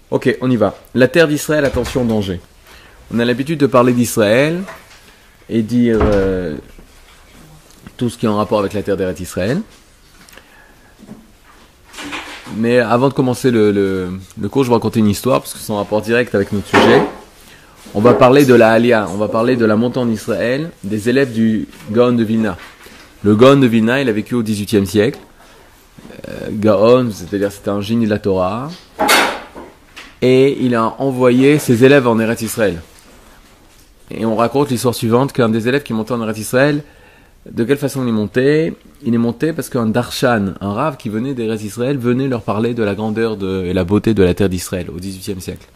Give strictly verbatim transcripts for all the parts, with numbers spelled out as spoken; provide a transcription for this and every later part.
Ok, on y va. La terre d'Israël, attention, danger. On a l'habitude de parler d'Israël et dire euh, tout ce qui est en rapport avec la terre d'Eretz Israël. Mais avant de commencer le, le, le cours, je vais raconter une histoire, parce que c'est en rapport direct avec notre sujet. On va parler de la Aliyah, on va parler de la montée en Israël, des élèves du Gaon de Vilna. Le Gaon de Vilna, il a vécu au dix-huitième siècle. Euh, Gaon, c'est-à-dire c'était un génie de la Torah. Et il a envoyé ses élèves en Eretz Israël. Et on raconte l'histoire suivante, qu'un des élèves qui montait en Eretz Israël, de quelle façon il est monté? Il est monté parce qu'un darshan, un rave qui venait d'Eretz Israël, venait leur parler de la grandeur de, et la beauté de la terre d'Israël au dix-huitième siècle.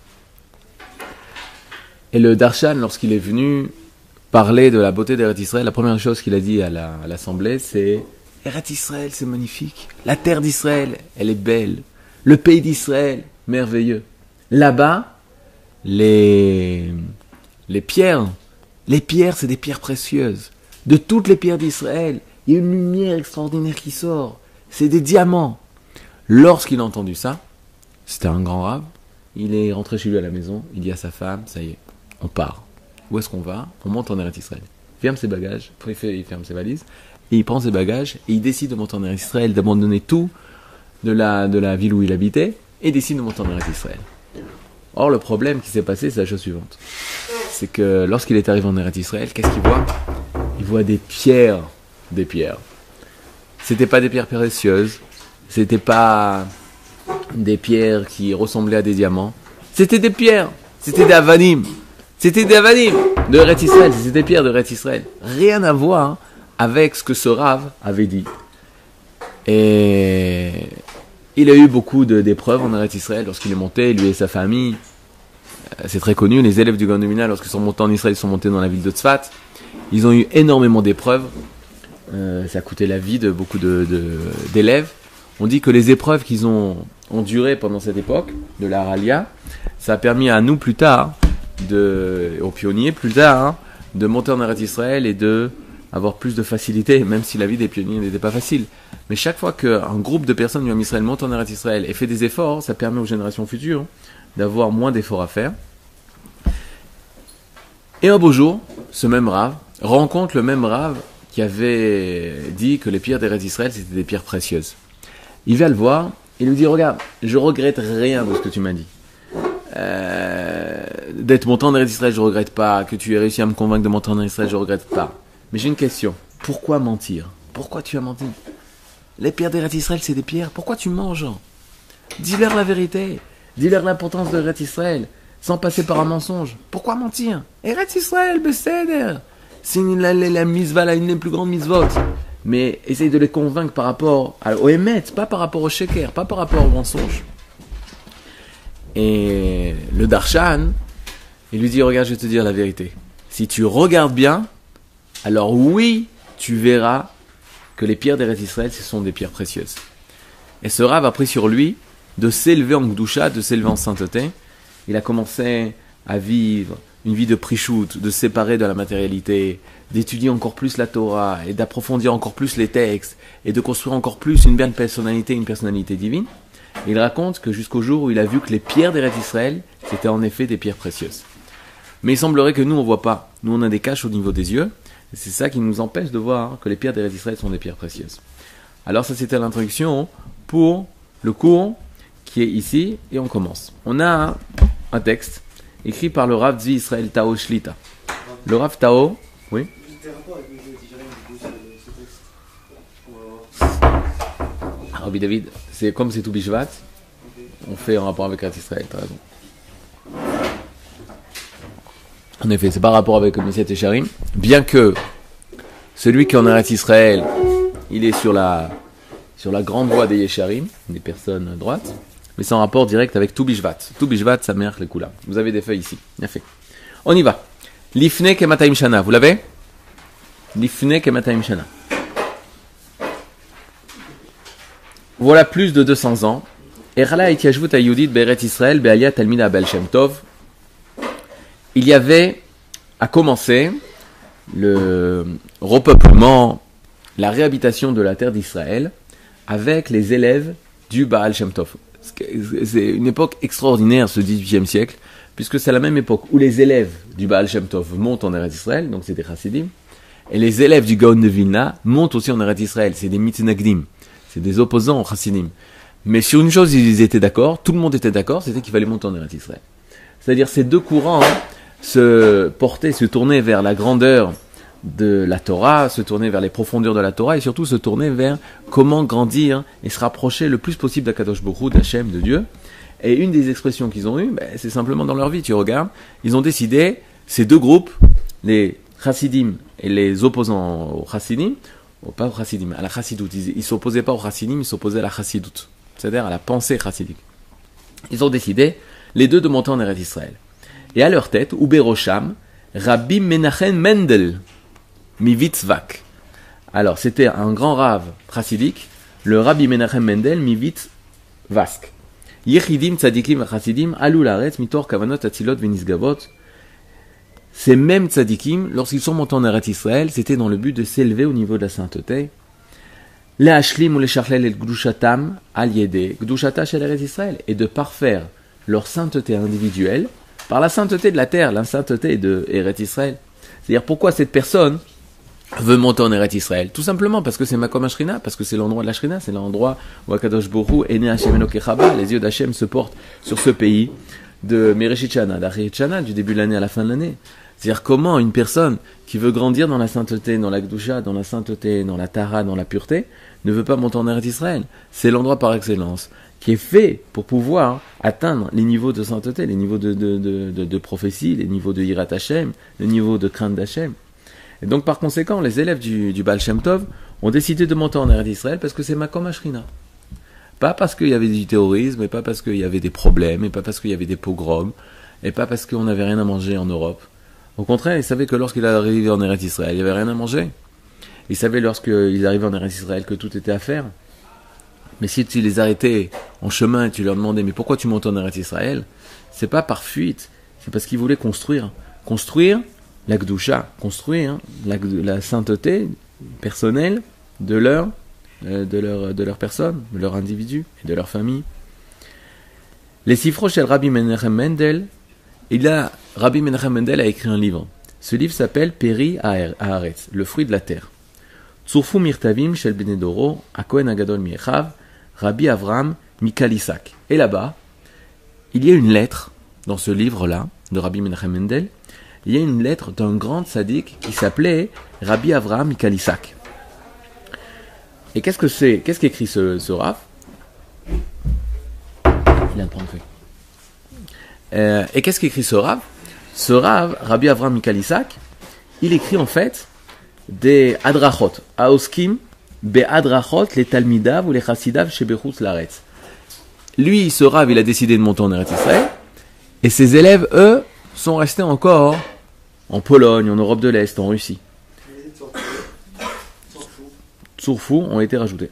Et le darshan, lorsqu'il est venu parler de la beauté d'Eretz Israël, la première chose qu'il a dit à, la, à l'assemblée, c'est « Eretz Israël, c'est magnifique. La terre d'Israël, elle est belle. Le pays d'Israël, merveilleux. Là-bas, les, les pierres, les pierres, c'est des pierres précieuses. De toutes les pierres d'Israël, il y a une lumière extraordinaire qui sort. C'est des diamants. » Lorsqu'il a entendu ça, c'était un grand rave, il est rentré chez lui à la maison, il dit à sa femme, ça y est, on part. Où est-ce qu'on va? On monte en Eretz Israël. Il ferme ses bagages, il, fait, il ferme ses valises, et il prend ses bagages, et il décide de monter en Eretz Israël, d'abandonner tout de la, de la ville où il habitait, et décide de monter en Eretz Israël. Or, le problème qui s'est passé, c'est la chose suivante. C'est que lorsqu'il est arrivé en Eretz Israël, qu'est-ce qu'il voit? Il voit des pierres, des pierres. C'était pas des pierres précieuses, c'était pas des pierres qui ressemblaient à des diamants. C'était des pierres, c'était des avanim. C'était des avanim de Eretz Israël, c'était des pierres de Eretz Israël. Rien à voir avec ce que ce rave avait dit. Et il a eu beaucoup de, d'épreuves en Eretz Israël lorsqu'il est monté, lui et sa famille. C'est très connu, les élèves du Gaon de Vilna, lorsqu'ils sont montés en Israël, ils sont montés dans la ville de Tzfat. Ils ont eu énormément d'épreuves. Euh, ça a coûté la vie de beaucoup de, de, d'élèves. On dit que les épreuves qu'ils ont endurées pendant cette époque, de la Aliyah, ça a permis à nous plus tard, de, aux pionniers plus tard, hein, de monter en Eretz Israël et de avoir plus de facilité, même si la vie des pionniers n'était pas facile. Mais chaque fois qu'un groupe de personnes du Ham Israël monte en Eretz Israël et fait des efforts, ça permet aux générations futures d'avoir moins d'efforts à faire. Et un beau jour, ce même rave rencontre le même rave qui avait dit que les pierres d'Eretz Israël c'était des pierres précieuses. Il va le voir et lui dit « Regarde, je regrette rien de ce que tu m'as dit. Euh, d'être monté en Eretz Israël, je regrette pas. Que tu aies réussi à me convaincre de monter en Eretz Israël, je regrette pas. Mais j'ai une question. Pourquoi mentir? Pourquoi tu as menti? Les pierres d'Eretz Israël, c'est des pierres. Pourquoi tu mens, Jean? Dis-leur la vérité. Dis-leur l'importance de Eretz Israël, sans passer par un mensonge. Pourquoi mentir? Eretz Israël, besséder. C'est une, la, la, la misva, la, une des plus grandes misvot. Mais essaye de les convaincre par rapport à, au émet, pas par rapport au sheker, pas par rapport au mensonge. Et le darshan, il lui dit, regarde, je vais te dire la vérité. Si tu regardes bien, alors oui, tu verras que les pierres d'Eretz Israël, ce sont des pierres précieuses. Et ce rave a pris sur lui de s'élever en Gdusha, de s'élever en sainteté. Il a commencé à vivre une vie de prichout, de se séparer de la matérialité, d'étudier encore plus la Torah et d'approfondir encore plus les textes et de construire encore plus une belle personnalité, une personnalité divine. Il raconte que jusqu'au jour où il a vu que les pierres d'Eretz Israël, c'était en effet des pierres précieuses. Mais il semblerait que nous, on ne voit pas. Nous, on a des caches au niveau des yeux. Et c'est ça qui nous empêche de voir que les pierres d'Eretz Israël sont des pierres précieuses. Alors ça, c'était l'introduction pour le cours qui est ici. Et on commence. On a un, un texte écrit par le Rav Zvi Israël Tao Shlita. Le Rav Tao, oui. Rabbi David, c'est comme c'est tout Bishvat, on fait un rapport avec Eretz Israël, t'as raison. En effet, c'est pas rapport avec Messiat et Sharim, bien que celui qui est en Eretz Israël, il est sur la, sur la grande voie des Yesharim, des personnes droites, mais c'est en rapport direct avec tout Bishvat. Tout Bishvat, ça mère les coulas. Vous avez des feuilles ici, bien fait. On y va. Lifne kemataim shana, vous l'avez? Lifne kemataim shana. Voilà plus de deux cents ans. Erala itiashvut ayudit be'eretz Israël be'aliyat talmida Baal Shem Tov. Il y avait à commencer le repeuplement, la réhabitation de la terre d'Israël avec les élèves du Baal Shem Tov. C'est une époque extraordinaire, ce dix-huitième siècle, puisque c'est la même époque où les élèves du Baal Shem Tov montent en Eretz Israël, donc c'est des Chassidim, et les élèves du Gaon de Vilna montent aussi en Eretz Israël, c'est des Mitnagdim, c'est des opposants aux Chassidim. Mais sur une chose, ils étaient d'accord, tout le monde était d'accord, c'était qu'il fallait monter en Eretz Israël. C'est-à-dire ces deux courants hein, se portaient, se tournaient vers la grandeur de la Torah, se tourner vers les profondeurs de la Torah et surtout se tourner vers comment grandir et se rapprocher le plus possible d'Akadosh Baruch Hu, d'Hachem, de Dieu. Et une des expressions qu'ils ont eues, ben, c'est simplement dans leur vie, tu regardes, ils ont décidé, ces deux groupes, les Chassidim et les opposants aux Chassidim, oh, pas aux Chassidim, à la Chassidoute, ils ne s'opposaient pas aux Chassidim, ils s'opposaient à la Chassidoute, c'est-à-dire à la pensée chassidique. Ils ont décidé, les deux, de monter en Eretz Israël. Et à leur tête, Uberosham, Rabbi Menachem Mendel, Mivitzvak. Alors, c'était un grand rave chassidique, le Rabbi Menachem Mendel Mivitzvask. Yechidim tzadikim chassidim alou laaretz mitor kavanot atzilot venisgavot. Ces mêmes tzadikim, lorsqu'ils sont montés en Eretz Israël, c'était dans le but de s'élever au niveau de la sainteté. Les hashlim ou les charlel et gdushatam al yede gdushata shel Eretz Israël, et de parfaire leur sainteté individuelle par la sainteté de la terre, la sainteté de Eretz Israël. C'est-à-dire pourquoi cette personne veut monter en Eretz Israël? Tout simplement parce que c'est Makom HaShrina, parce que c'est l'endroit de la Shrina, c'est l'endroit où Akadosh Baruch Hu est né Hashem Elokechaba, les yeux d'Hachem se portent sur ce pays de Mereshit Shana, d'Achrit Shana, du début de l'année à la fin de l'année. C'est-à-dire comment une personne qui veut grandir dans la sainteté, dans la Gdusha, dans la sainteté, dans la Tara, dans la pureté, ne veut pas monter en Eretz Israël. C'est l'endroit par excellence qui est fait pour pouvoir atteindre les niveaux de sainteté, les niveaux de, de, de, de, de prophétie, les niveaux de Yirat Hashem, les niveaux de crainte d'Hachem. Et donc par conséquent, les élèves du, du Baal Shem Tov ont décidé de monter en Eretz Israël parce que c'est Makom HaShrina. Pas parce qu'il y avait du terrorisme, et pas parce qu'il y avait des problèmes, et pas parce qu'il y avait des pogroms, et pas parce qu'on n'avait rien à manger en Europe. Au contraire, ils savaient que lorsqu'ils arrivaient en Eretz Israël, il n'y avait rien à manger. Ils savaient lorsqu'ils arrivaient en Eretz Israël que tout était à faire. Mais si tu les arrêtais en chemin et tu leur demandais « Mais pourquoi tu montes en Eretz Israël ?» C'est pas par fuite, c'est parce qu'ils voulaient construire. Construire la Gdusha, construire la, la sainteté personnelle de leur, euh, de, leur, de leur personne, de leur individu et de leur famille. Les Sifro shel Rabbi Menachem Mendel, il a, Rabbi Menachem Mendel a écrit un livre. Ce livre s'appelle Peri Haaretz, le fruit de la terre. Tzurfu Mirtavim shel Bnei Doro, Akohen Agadol Miechav, Rabbi Avram Mikalisak. Et là-bas, il y a une lettre, dans ce livre-là, de Rabbi Menachem Mendel, il y a une lettre d'un grand tzaddik qui s'appelait Rabbi Avram Mikalisak. Et qu'est-ce que c'est? Qu'est-ce qu'écrit ce, ce Rav? Il vient de prendre feuille. Euh, et qu'est-ce qu'écrit ce Rav? Ce Rav, Rabbi Avram Mikalisak, il écrit en fait des adrachot, aoskim be adrachot les talmidav ou les chassidav chez Bechutz Laaretz. Lui, ce Rav, il a décidé de monter en Eretz Israël, et ses élèves, eux, sont restés encore en Pologne, en Europe de l'Est, en Russie. Tzurfu ont été rajoutés.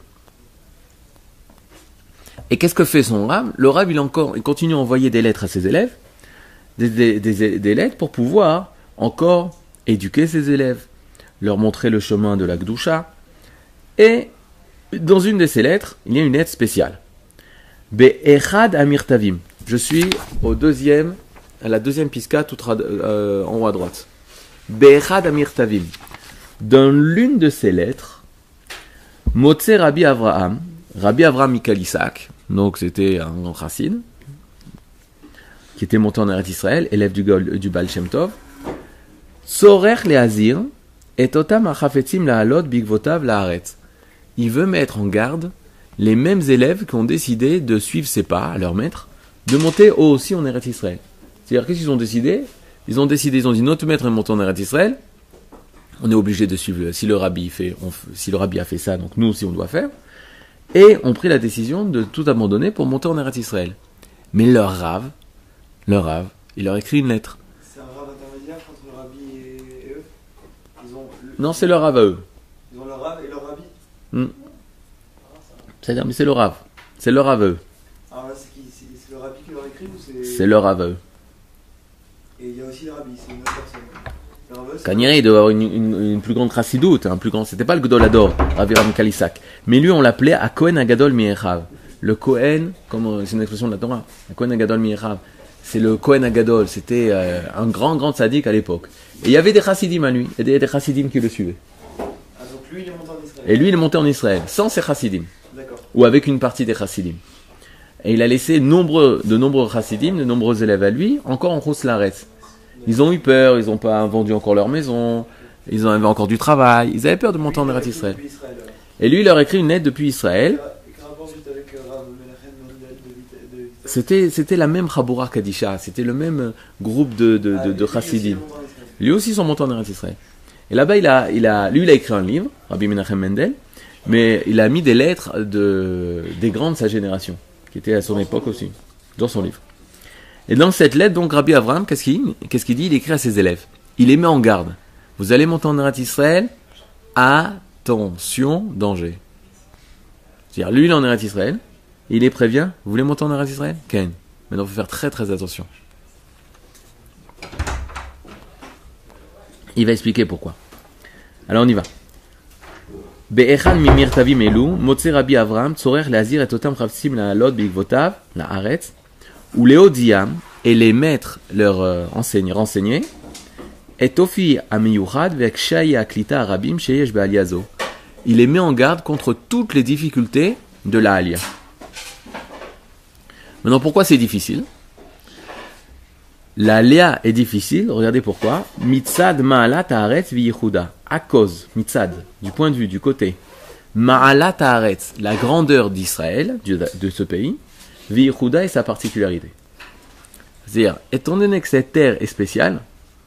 Et qu'est-ce que fait son Rav? Le Rav, il, encore, il continue à envoyer des lettres à ses élèves, des, des, des, des lettres pour pouvoir encore éduquer ses élèves, leur montrer le chemin de la Gdusha. Et dans une de ces lettres, il y a une lettre spéciale. Be'echad Amirtavim. Je suis au deuxième, à la deuxième piska, tout euh, en haut à droite. Be'echad Amirtavim. Dans l'une de ces lettres, Motse Rabbi Avraham, Rabbi Avraham Mikalisak, donc c'était un grand chassid, qui était monté en Eretz Israël, élève du, du Baal Shem Tov, Sorer Leazir, et Otam Achafetzim Laalot Bigvotav Laaretz. Il veut mettre en garde les mêmes élèves qui ont décidé de suivre ses pas, à leur maître, de monter eux aussi en Eretz Israël. C'est-à-dire qu'est-ce qu'ils ont décidé? Ils ont décidé, ils ont dit notre maître est monté en Eretz Israël, on est obligé de suivre, si le rabbi fait, on, si le rabbi a fait ça, donc nous aussi on doit faire, et ont pris la décision de tout abandonner pour monter en Eretz Israël. Mais leur Rav, leur Rav, il leur écrit une lettre. C'est un Rav intermédiaire entre le rabbi et eux? Ils ont le... Non, c'est leur Rav à eux. Ils ont leur Rav et leur rabbi? Hmm. C'est-à-dire, mais c'est le Rav. C'est le Rav à eux. Alors là, c'est qui? C'est, c'est le rabbi qui leur écrit ou c'est... C'est le Rav à eux. Et il y a aussi le rabbi, c'est une autre personne. Le Rav, c'est... Kanyere, il doit avoir une, une, une plus grande chassidoute, un plus grand. C'était pas le Gdolador, Rabbi Ram Kalisak. Mais lui, on l'appelait Akohen Agadol Miechav. le Kohen, comme c'est une expression de la Torah, le Kohen Agadol Mi'echav, c'est le Kohen Agadol, c'était euh, un grand, grand tzaddik à l'époque. Et il y avait des chassidim à lui, et des, des chassidim qui le suivaient. Ah, donc lui, il est monté en Israël. Et lui, il est monté en Israël, sans ses chassidim, D'accord. ou avec une partie des chassidim. Et il a laissé nombreux, de nombreux chassidim, de nombreux élèves à lui, encore en Chutz La'aretz. Ils ont eu peur, ils n'ont pas vendu encore leur maison, ils avaient encore du travail, ils avaient peur de monter en Eretz Israël. Depuis Israël, alors. Et lui, il leur a écrit une lettre depuis Israël. Quel rapport juste avec euh, Rav Menachem Mendel de Vita- de Vita- C'était, c'était la même Chabura Kadisha, c'était le même groupe de, de, Ah, de, lui, de lui aussi, chassidim. il est monté en Israël. Lui aussi, ils sont montés en Eretz Israël. Et là-bas, il a, il a, lui, il a écrit un livre, Rabbi Menachem Mendel, mais il a mis des lettres de, des grands de sa génération, qui étaient à son époque aussi, dans son livre. Et dans cette lettre, donc, Rabbi Avram, qu'est-ce qu'il, qu'est-ce qu'il dit? Il écrit à ses élèves. Il les met en garde. Vous allez monter en Eretz Israël, attention, danger. C'est-à-dire, lui, il est en Eretz Israël, il les prévient, vous voulez monter en Eretz Israël? Ken. Maintenant, il faut faire très très attention. Il va expliquer pourquoi. Alors, on y va. Be'echad mimir tavim elu, motze Rabbi Avram, tzorer leazir et otam chavsim la'alot be'ikvotav, la'aretz, ou léodiam, et les maîtres leur euh, enseignent, renseigner, et tofi amiyuchad ve'ek shaya klita arabim sheyesh be'aliazo. Il les met en garde contre toutes les difficultés de la Aliyah. Maintenant, pourquoi c'est difficile? La Aliyah est difficile, regardez pourquoi. Mitzad ma'alat haaretz v'yichuda. À cause, mitzad, du point de vue, du côté. Ma'alat haaretz, la grandeur d'Israël, de ce pays, v'yichuda et sa particularité. C'est-à-dire, étant donné que cette terre est spéciale,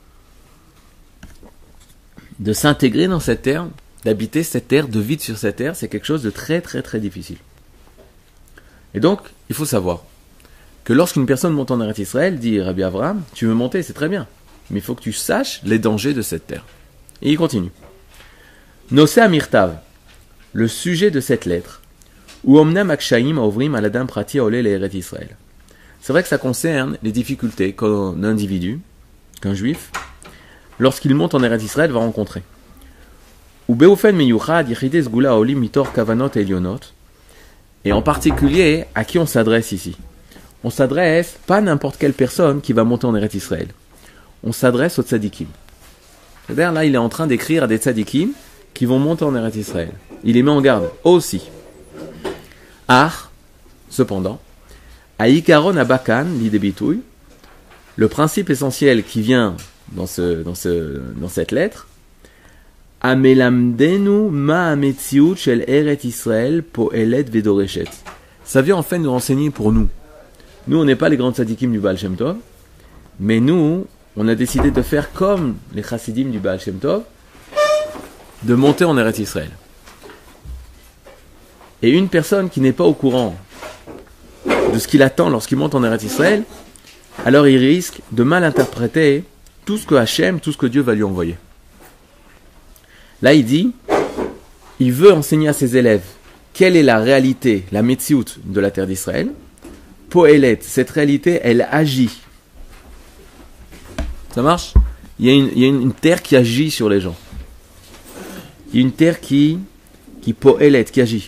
de s'intégrer dans cette terre, d'habiter cette terre, de vivre sur cette terre, c'est quelque chose de très très très difficile. Et donc, il faut savoir que lorsqu'une personne monte en Eretz Israël, dit Rabbi Avraham, tu veux monter, c'est très bien, mais il faut que tu saches les dangers de cette terre. Et il continue. Nosé Amirtav, le sujet de cette lettre, ou Omnam Akshaim Ovrim Aladam Prati Ole le Eretz Israël. C'est vrai que ça concerne les difficultés qu'un individu, qu'un juif, lorsqu'il monte en Eretz Israël, va rencontrer. Ou Beufen Meyuchad Yichide Zgula Olim Mitor Kavanot Elionot, et en particulier, à qui on s'adresse ici? On s'adresse pas à n'importe quelle personne qui va monter en Eretz Israël. On s'adresse aux tzadikim. C'est-à-dire, là, il est en train d'écrire à des tzadikim qui vont monter en Eretz Israël. Il les met en garde aussi. Ah, cependant, Aïkaron Abakan, l'idébitouille, le principe essentiel qui vient dans, ce, dans, ce, dans cette lettre, Amelamdenu ma ametziut shel Eret Israël poelet vedoreshet. Ça vient en fait nous renseigner pour nous. Nous, on n'est pas les grands tzadikim du Baal Shem Tov, mais nous, on a décidé de faire comme les chassidim du Baal Shem Tov, de monter en Eretz Israël. Et une personne qui n'est pas au courant de ce qu'il attend lorsqu'il monte en Eretz Israël, alors il risque de mal interpréter tout ce que Hachem, tout ce que Dieu va lui envoyer. Là, il dit, il veut enseigner à ses élèves quelle est la réalité, la metsiout de la terre d'Israël. Poélet, cette réalité, elle agit. Ça marche? Il y a, une, il y a une, une terre qui agit sur les gens. Il y a une terre qui, qui poélet, qui agit.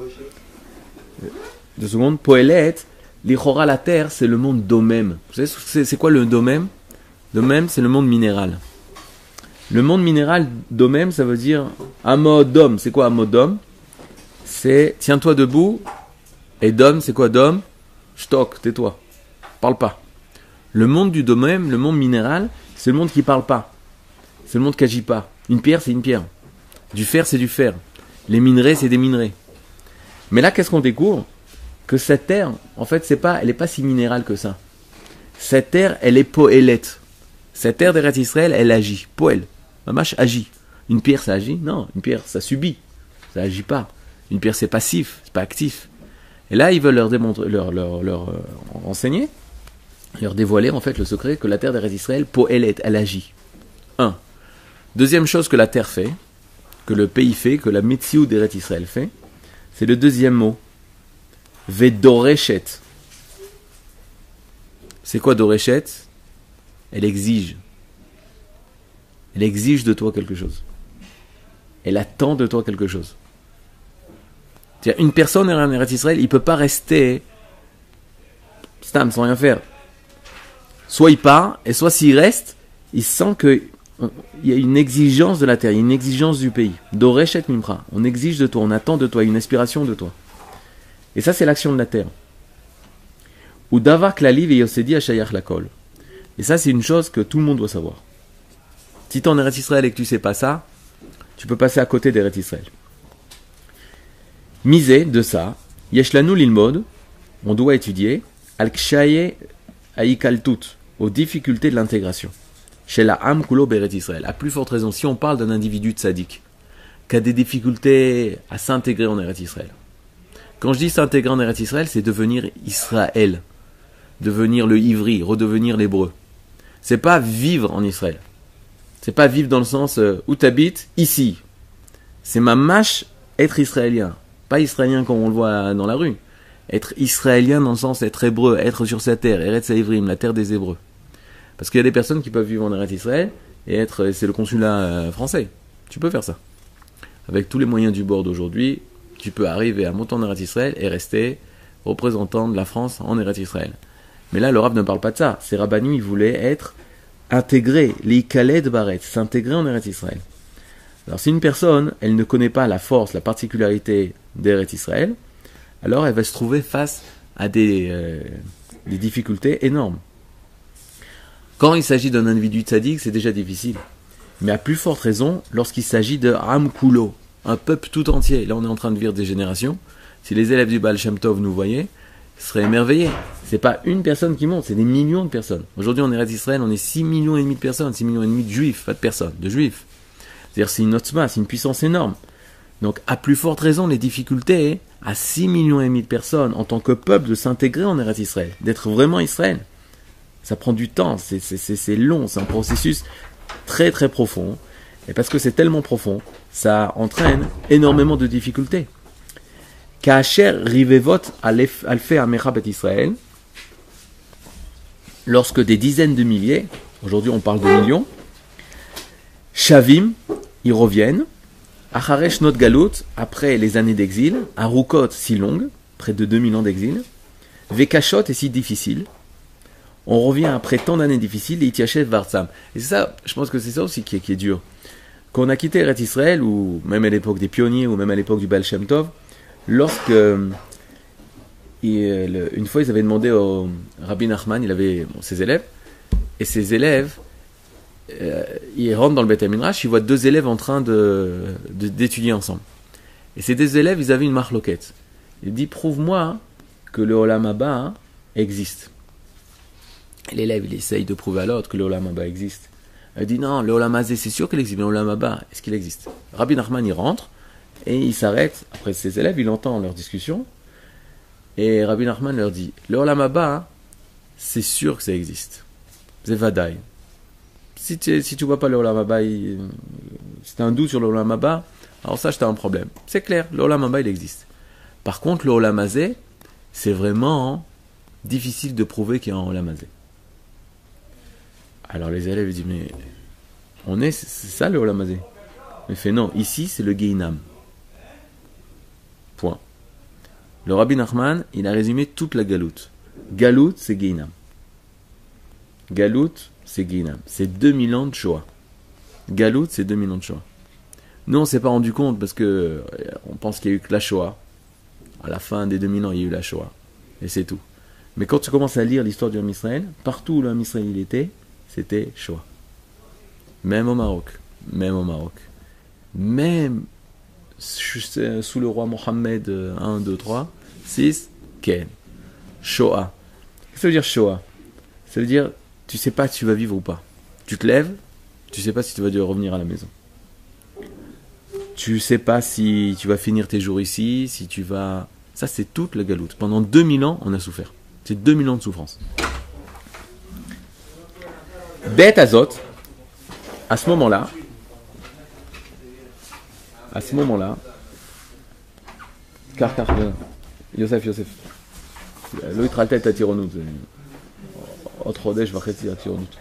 Deux secondes. Poélet, l'ichora, la terre, c'est le monde domem. Vous savez, c'est, c'est quoi le domem? Domem, c'est le monde minéral. Le monde minéral domem, ça veut dire amodom. C'est quoi amodom? C'est tiens-toi debout. Et dom, c'est quoi dom? Stock, tais-toi. Parle pas. Le monde du domem, le monde minéral, c'est le monde qui parle pas. C'est le monde qui agit pas. Une pierre, c'est une pierre. Du fer, c'est du fer. Les minerais, c'est des minerais. Mais là, qu'est-ce qu'on découvre? Que cette terre, en fait, c'est pas, elle est pas si minérale que ça. Cette terre, elle est poélette. Cette terre d'Eretz Israël, elle agit. Poël. Mamash agit. Une pierre, ça agit? Non, une pierre, ça subit. Ça agit pas. Une pierre, c'est passif, c'est pas actif. Et là, ils veulent leur démontrer, leur, leur, leur euh, renseigner, leur dévoiler en fait le secret que la terre d'Eretz Israël, poélette, elle agit. Un. Deuxième chose que la terre fait, que le pays fait, que la Metziou d'Eretz Israël fait, c'est le deuxième mot. Vedoreshet. C'est quoi Doreshet? Elle exige. Elle exige de toi quelque chose. Elle attend de toi quelque chose. C'est-à-dire, une personne en Eretz Israël, il ne peut pas rester stam, sans rien faire. Soit il part, et soit s'il reste, il sent qu'il y a une exigence de la terre, il y a une exigence du pays. Doresh et Mimra. On exige de toi, on attend de toi, une aspiration de toi. Et ça, c'est l'action de la terre. Ou davar klali veyosedi ashayach lakol. Et ça, c'est une chose que tout le monde doit savoir. Si tu es en Eretz Israël et que tu ne sais pas ça, tu peux passer à côté d'Eretz Israël. Misé de ça, yeshlanu lilmod, on doit étudier, al kshaye aikaltut, aux difficultés de l'intégration. Chez la Am Kulo Beret Israël. À plus forte raison, si on parle d'un individu tzaddik, qui a des difficultés à s'intégrer en Eretz Israël. Quand je dis s'intégrer en Eretz Israël, c'est devenir Israël. Devenir le ivri, redevenir l'hébreu. C'est pas vivre en Israël. C'est pas vivre dans le sens euh, où tu habites, ici. C'est ma mâche être israélien. Pas israélien comme on le voit dans la rue. Être israélien dans le sens être hébreu, être sur sa terre, Eretz Haïvrim, la terre des Hébreux. Parce qu'il y a des personnes qui peuvent vivre en Eretz Israël et être, c'est le consulat euh, français. Tu peux faire ça. Avec tous les moyens du bord d'aujourd'hui, tu peux arriver à monter en Eretz Israël et rester représentant de la France en Eretz Israël. Mais là, le Rav ne parle pas de ça. Ces Rabbanim, ils voulaient être intégrés, les Khaled Baret, s'intégrer en Eretz Israël. Alors si une personne, elle ne connaît pas la force, la particularité d'Eretz Israël, alors elle va se trouver face à des, euh, des difficultés énormes. Quand il s'agit d'un individu tzaddik, c'est déjà difficile. Mais à plus forte raison, lorsqu'il s'agit de Am Kulo, un peuple tout entier. Là, on est en train de vivre des générations. Si les élèves du Baal Shem Tov nous voyaient, ils seraient émerveillés. C'est pas une personne qui monte, c'est des millions de personnes. Aujourd'hui, en Eretz Israël, on est six millions et demi de personnes, six millions et demi de juifs, pas de personnes, de juifs. C'est-à-dire, c'est une otzma, c'est une puissance énorme. Donc, à plus forte raison, les difficultés à six millions et demi de personnes en tant que peuple de s'intégrer en Eretz Israël, d'être vraiment Israël. Ça prend du temps, c'est, c'est, c'est, c'est long, c'est un processus très très profond. Et parce que c'est tellement profond, ça entraîne énormément de difficultés. Ka'asher rivevot alfe amecha bet Israël, lorsque des dizaines de milliers, aujourd'hui on parle de millions, Shavim, ils reviennent, Acharesh not galut, après les années d'exil, Arukot si longue, près de deux mille ans d'exil, Vekashot est si difficile, on revient après tant d'années difficiles, et Itiachev Varzam. Et c'est ça, je pense que c'est ça aussi qui est, qui est dur. Quand on a quitté Eretz Israël, ou même à l'époque des pionniers, ou même à l'époque du Baal Shem Tov, lorsque, euh, il, le, une fois ils avaient demandé au Rabbi Nachman, il avait bon, ses élèves, et ses élèves, euh, ils rentrent dans le Beth Midrash, ils voient deux élèves en train de, de, d'étudier ensemble. Et ces deux élèves, ils avaient une marloquette. Il dit, prouve-moi que le Olam Haba hein, existe. Et l'élève, il essaye de prouver à l'autre que le Olam Haba existe. Il dit, non, le Olam Hazé, c'est sûr qu'il existe, mais le Olam Haba, est-ce qu'il existe? Rabbi Nachman, il rentre, et il s'arrête, après ses élèves, il entend leur discussion, et Rabbi Nachman leur dit, le Olam Haba, c'est sûr que ça existe. C'est Vadaï. Si tu si tu vois pas le Olam Haba, il, si tu as un doute sur le Olam Haba, alors ça, tu as un problème. C'est clair, le Olam Haba, il existe. Par contre, le Olam Hazé, c'est vraiment hein, difficile de prouver qu'il y a un Olam Hazé. Alors les élèves disent, mais on est, c'est, c'est ça le Olam Hazé. Il fait non, ici c'est le Gehinam. Point. Le Rabbi Nachman, il a résumé toute la galoute. Galoute, c'est Gehinam. Galoute, c'est Gehinam. C'est deux mille ans de Shoah. Galoute, c'est deux mille ans de Shoah. Nous, on ne s'est pas rendu compte parce que on pense qu'il y a eu que la Shoah. À la fin des deux mille ans, il y a eu la Shoah. Et c'est tout. Mais quand tu commences à lire l'histoire du Ham Israël, partout où le Ham Israël il était, c'était Shoah. Même au Maroc. Même au Maroc. Même sous le roi Mohammed un, deux, trois, six, Ken. Shoah. Qu'est-ce que ça veut dire Shoah? Ça veut dire, tu sais pas si tu vas vivre ou pas. Tu te lèves, tu sais pas si tu vas devoir revenir à la maison. Tu sais pas si tu vas finir tes jours ici, si tu vas... Ça, c'est toute la galoute. Pendant deux mille ans, on a souffert. C'est deux mille ans de souffrance. Bet Azot, à ce moment-là, à ce moment-là, car, car, Yosef, Yosef, לא התחלת את הטירונות, עוד חודש וחצי הטירונות.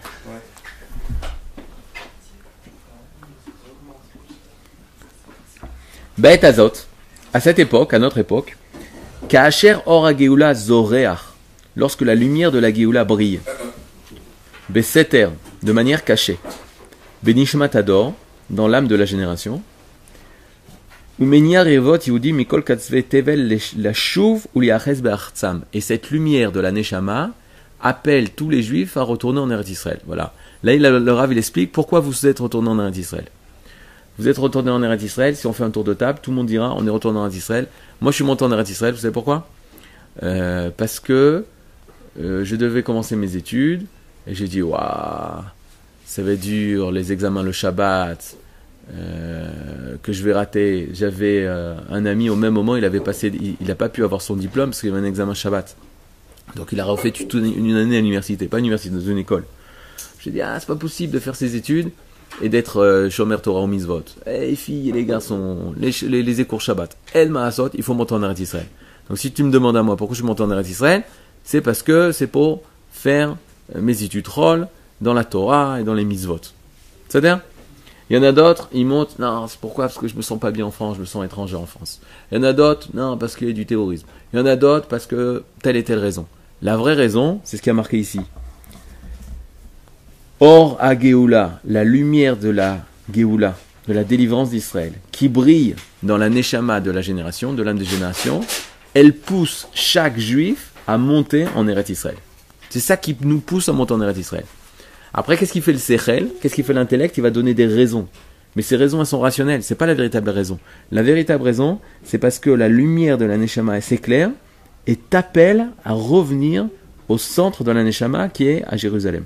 בעת הזאת, à cette époque, à notre époque, Ka'asher or ha-geoula zoreach, lorsque la lumière de la Géoula brille, Beseter, de manière cachée, Benishmat Ador, dans l'âme de la génération, Umenia Revot Yehudi Mikol Katzve Tevel la Shuv ou Liaches Be'artzam, et cette lumière de la Neshama appelle tous les Juifs à retourner en Eretz Israël. Voilà. Là, il, le Rav, il explique pourquoi vous êtes retournés en Eretz Israël. Vous êtes retournés en Eretz Israël, si on fait un tour de table, tout le monde dira on est retourné en Eretz Israël. Moi, je suis monté en Eretz Israël, vous savez pourquoi euh, Parce que euh, je devais commencer mes études, et j'ai dit waouh, ça va être dur, les examens le Shabbat, euh, que je vais rater. J'avais euh, un ami, au même moment, il avait passé, il n'a pas pu avoir son diplôme parce qu'il y avait un examen Shabbat. Donc il a refait toute une, une année à l'université, pas une université, dans une école. J'ai dit, ah, c'est pas possible de faire ses études et d'être euh, Shomer Torah ou Mitzvot. Eh, les filles et les garçons, les, les, les écours Shabbat, El Maasot, il faut monter en Eretz Israël. Donc si tu me demandes à moi pourquoi je monte en Eretz Israël, c'est parce que c'est pour faire euh, mes études Rol dans la Torah et dans les Mitzvot. C'est-à-dire, il y en a d'autres, ils montent, non, c'est pourquoi? Parce que je me sens pas bien en France, je me sens étranger en France. Il y en a d'autres, non, parce qu'il y a du terrorisme. Il y en a d'autres parce que telle et telle raison. La vraie raison, c'est ce qui a marqué ici. Or à Géoula, la lumière de la Géoula, de la délivrance d'Israël, qui brille dans la Neshama de la génération, de l'âme de génération, elle pousse chaque juif à monter en Eretz Israël. C'est ça qui nous pousse à monter en Eretz Israël. Après, qu'est-ce qui fait le Sechel? Qu'est-ce qui fait l'intellect? Il va donner des raisons. Mais ces raisons, elles sont rationnelles. C'est pas la véritable raison. La véritable raison, c'est parce que la lumière de la Neshama s'éclaire et t'appelle à revenir au centre de la Neshama qui est à Jérusalem.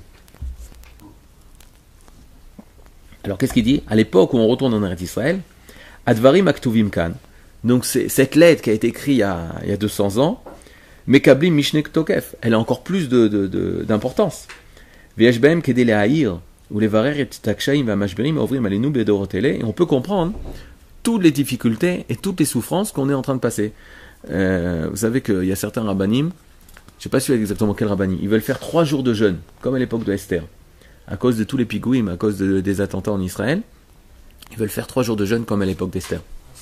Alors qu'est-ce qu'il dit? À l'époque où on retourne en Eretz Israël, Advarim Aktuvim Kan. Donc c'est cette lettre qui a été écrite il y a, il y a deux cents ans, Mekablim Mishnek Tokef, elle a encore plus de, de, de, d'importance. V'yeshbem Kedele Ha'ir, ou les Varer et Takshaim V'amashberim Ovrim Alenu Bedorotele, et on peut comprendre toutes les difficultés et toutes les souffrances qu'on est en train de passer. Euh, vous savez qu'il y a certains rabbanim, je ne sais pas si exactement quel rabbanim, ils veulent faire trois jours de jeûne, comme à l'époque de Esther, à cause de tous les pigouim, à cause de, des attentats en Israël. Ils veulent faire trois jours de jeûne comme à l'époque d'Esther.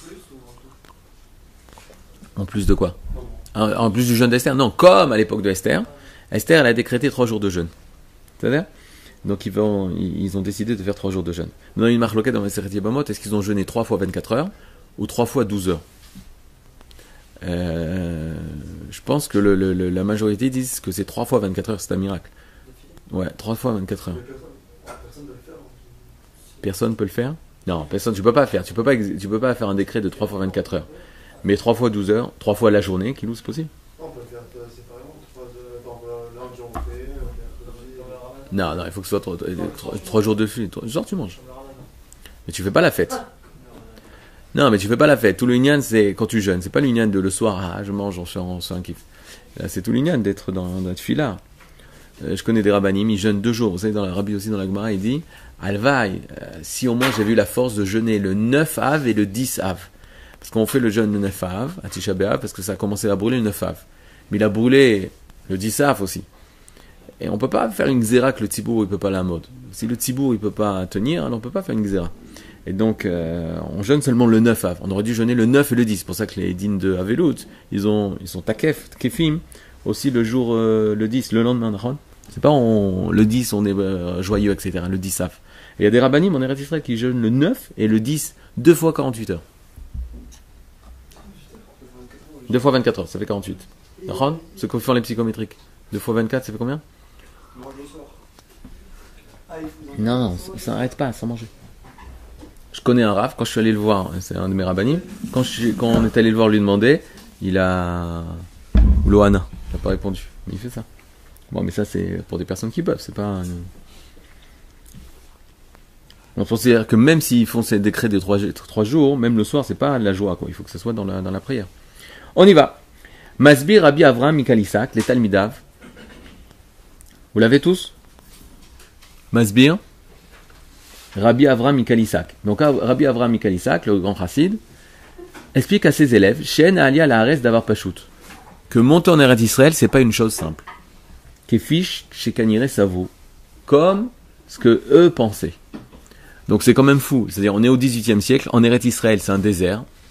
En plus de quoi? en, en plus du jeûne d'Esther? Non, comme à l'époque de Esther. Esther, elle a décrété trois jours de jeûne. C'est-à-dire? Donc ils, vont, ils ont décidé de faire trois jours de jeûne. Maintenant, il y a une marloquette dans les Masechet Yevamot, est-ce qu'ils ont jeûné trois fois vingt-quatre heures ou trois fois douze heures? Euh, je pense que le, le, la majorité disent que c'est trois fois vingt-quatre heures, c'est un miracle. Ouais, trois fois vingt-quatre heures. Personne peut le faire? Non, personne, tu peux pas faire. Tu peux pas, tu peux pas faire un décret de trois fois vingt-quatre heures. Mais trois fois douze heures, trois fois la journée, qui c'est possible? On peut le faire séparément. Lundi on fait. Non, non, il faut que ce soit trois jours de suite. Genre tu manges. Mais tu fais pas la fête. Non, mais tu fais pas la fête. Tout le inyan, c'est quand tu jeûnes. C'est pas l'inyan de le soir, ah, je mange, on se on fait un kiff. Là, c'est tout l'inyan d'être dans notre fila. Euh, je connais des rabbanim, ils jeûnent deux jours. Vous savez, dans la rabbi aussi, dans la Gemara, il dit, Alvaï, euh, si au moins j'avais eu la force de jeûner le neuf Av et le dix Av. Parce qu'on fait le jeûne le neuf Av, à Tisha B'Av, parce que ça a commencé à brûler le neuf Av. Mais il a brûlé le dix Av aussi. Et on peut pas faire une xéra que le tzibour, il peut pas la mode. Si le tzibour, il peut pas tenir, alors on peut pas faire une xéra. Et donc, euh, on jeûne seulement le neuf Av. On aurait dû jeûner le neuf et le dix. C'est pour ça que les dînes de Avelout, ils ont, ils sont takef, kefim, aussi le jour, euh, le dix, le lendemain, d'accord? C'est pas on, le dix, on est euh, joyeux, et cetera. Le dix Av. Et il y a des rabbanim en Eretz Israël qui jeûnent le neuf et le dix, deux fois quarante-huit heures. deux fois vingt-quatre heures, ça fait quarante-huit. D'accord? Ce que font les psychométriques. deux fois vingt-quatre, ça fait combien? Non, non, ça n'arrête pas, sans manger. Je connais un Rav, quand je suis allé le voir, c'est un de mes rabbanim, quand, je, quand on est allé le voir lui demander, il a... Lohana, il n'a pas répondu, mais il fait ça. Bon, mais ça c'est pour des personnes qui peuvent, c'est pas... Un... On considère que même s'ils font ces décrets de trois, trois jours, même le soir, c'est pas la joie, quoi. Il faut que ce soit dans la, dans la prière. On y va. Masbir Rabbi Avram Mikalisak, les Talmidav. Vous l'avez tous? Masbir Rabbi Avram Mikalisak. Donc Rabbi Avram Mikalisak, le grand chassid, explique à ses élèves, Shen Alia la Hares d'avoir Pachout, que monter en Eretz Israël, c'est pas une chose simple. Kefish chez Kanire Savo, comme ce que eux pensaient. Donc c'est quand même fou. C'est-à-dire, on est au dix-huitième siècle, en Eretz Israël, c'est un désert.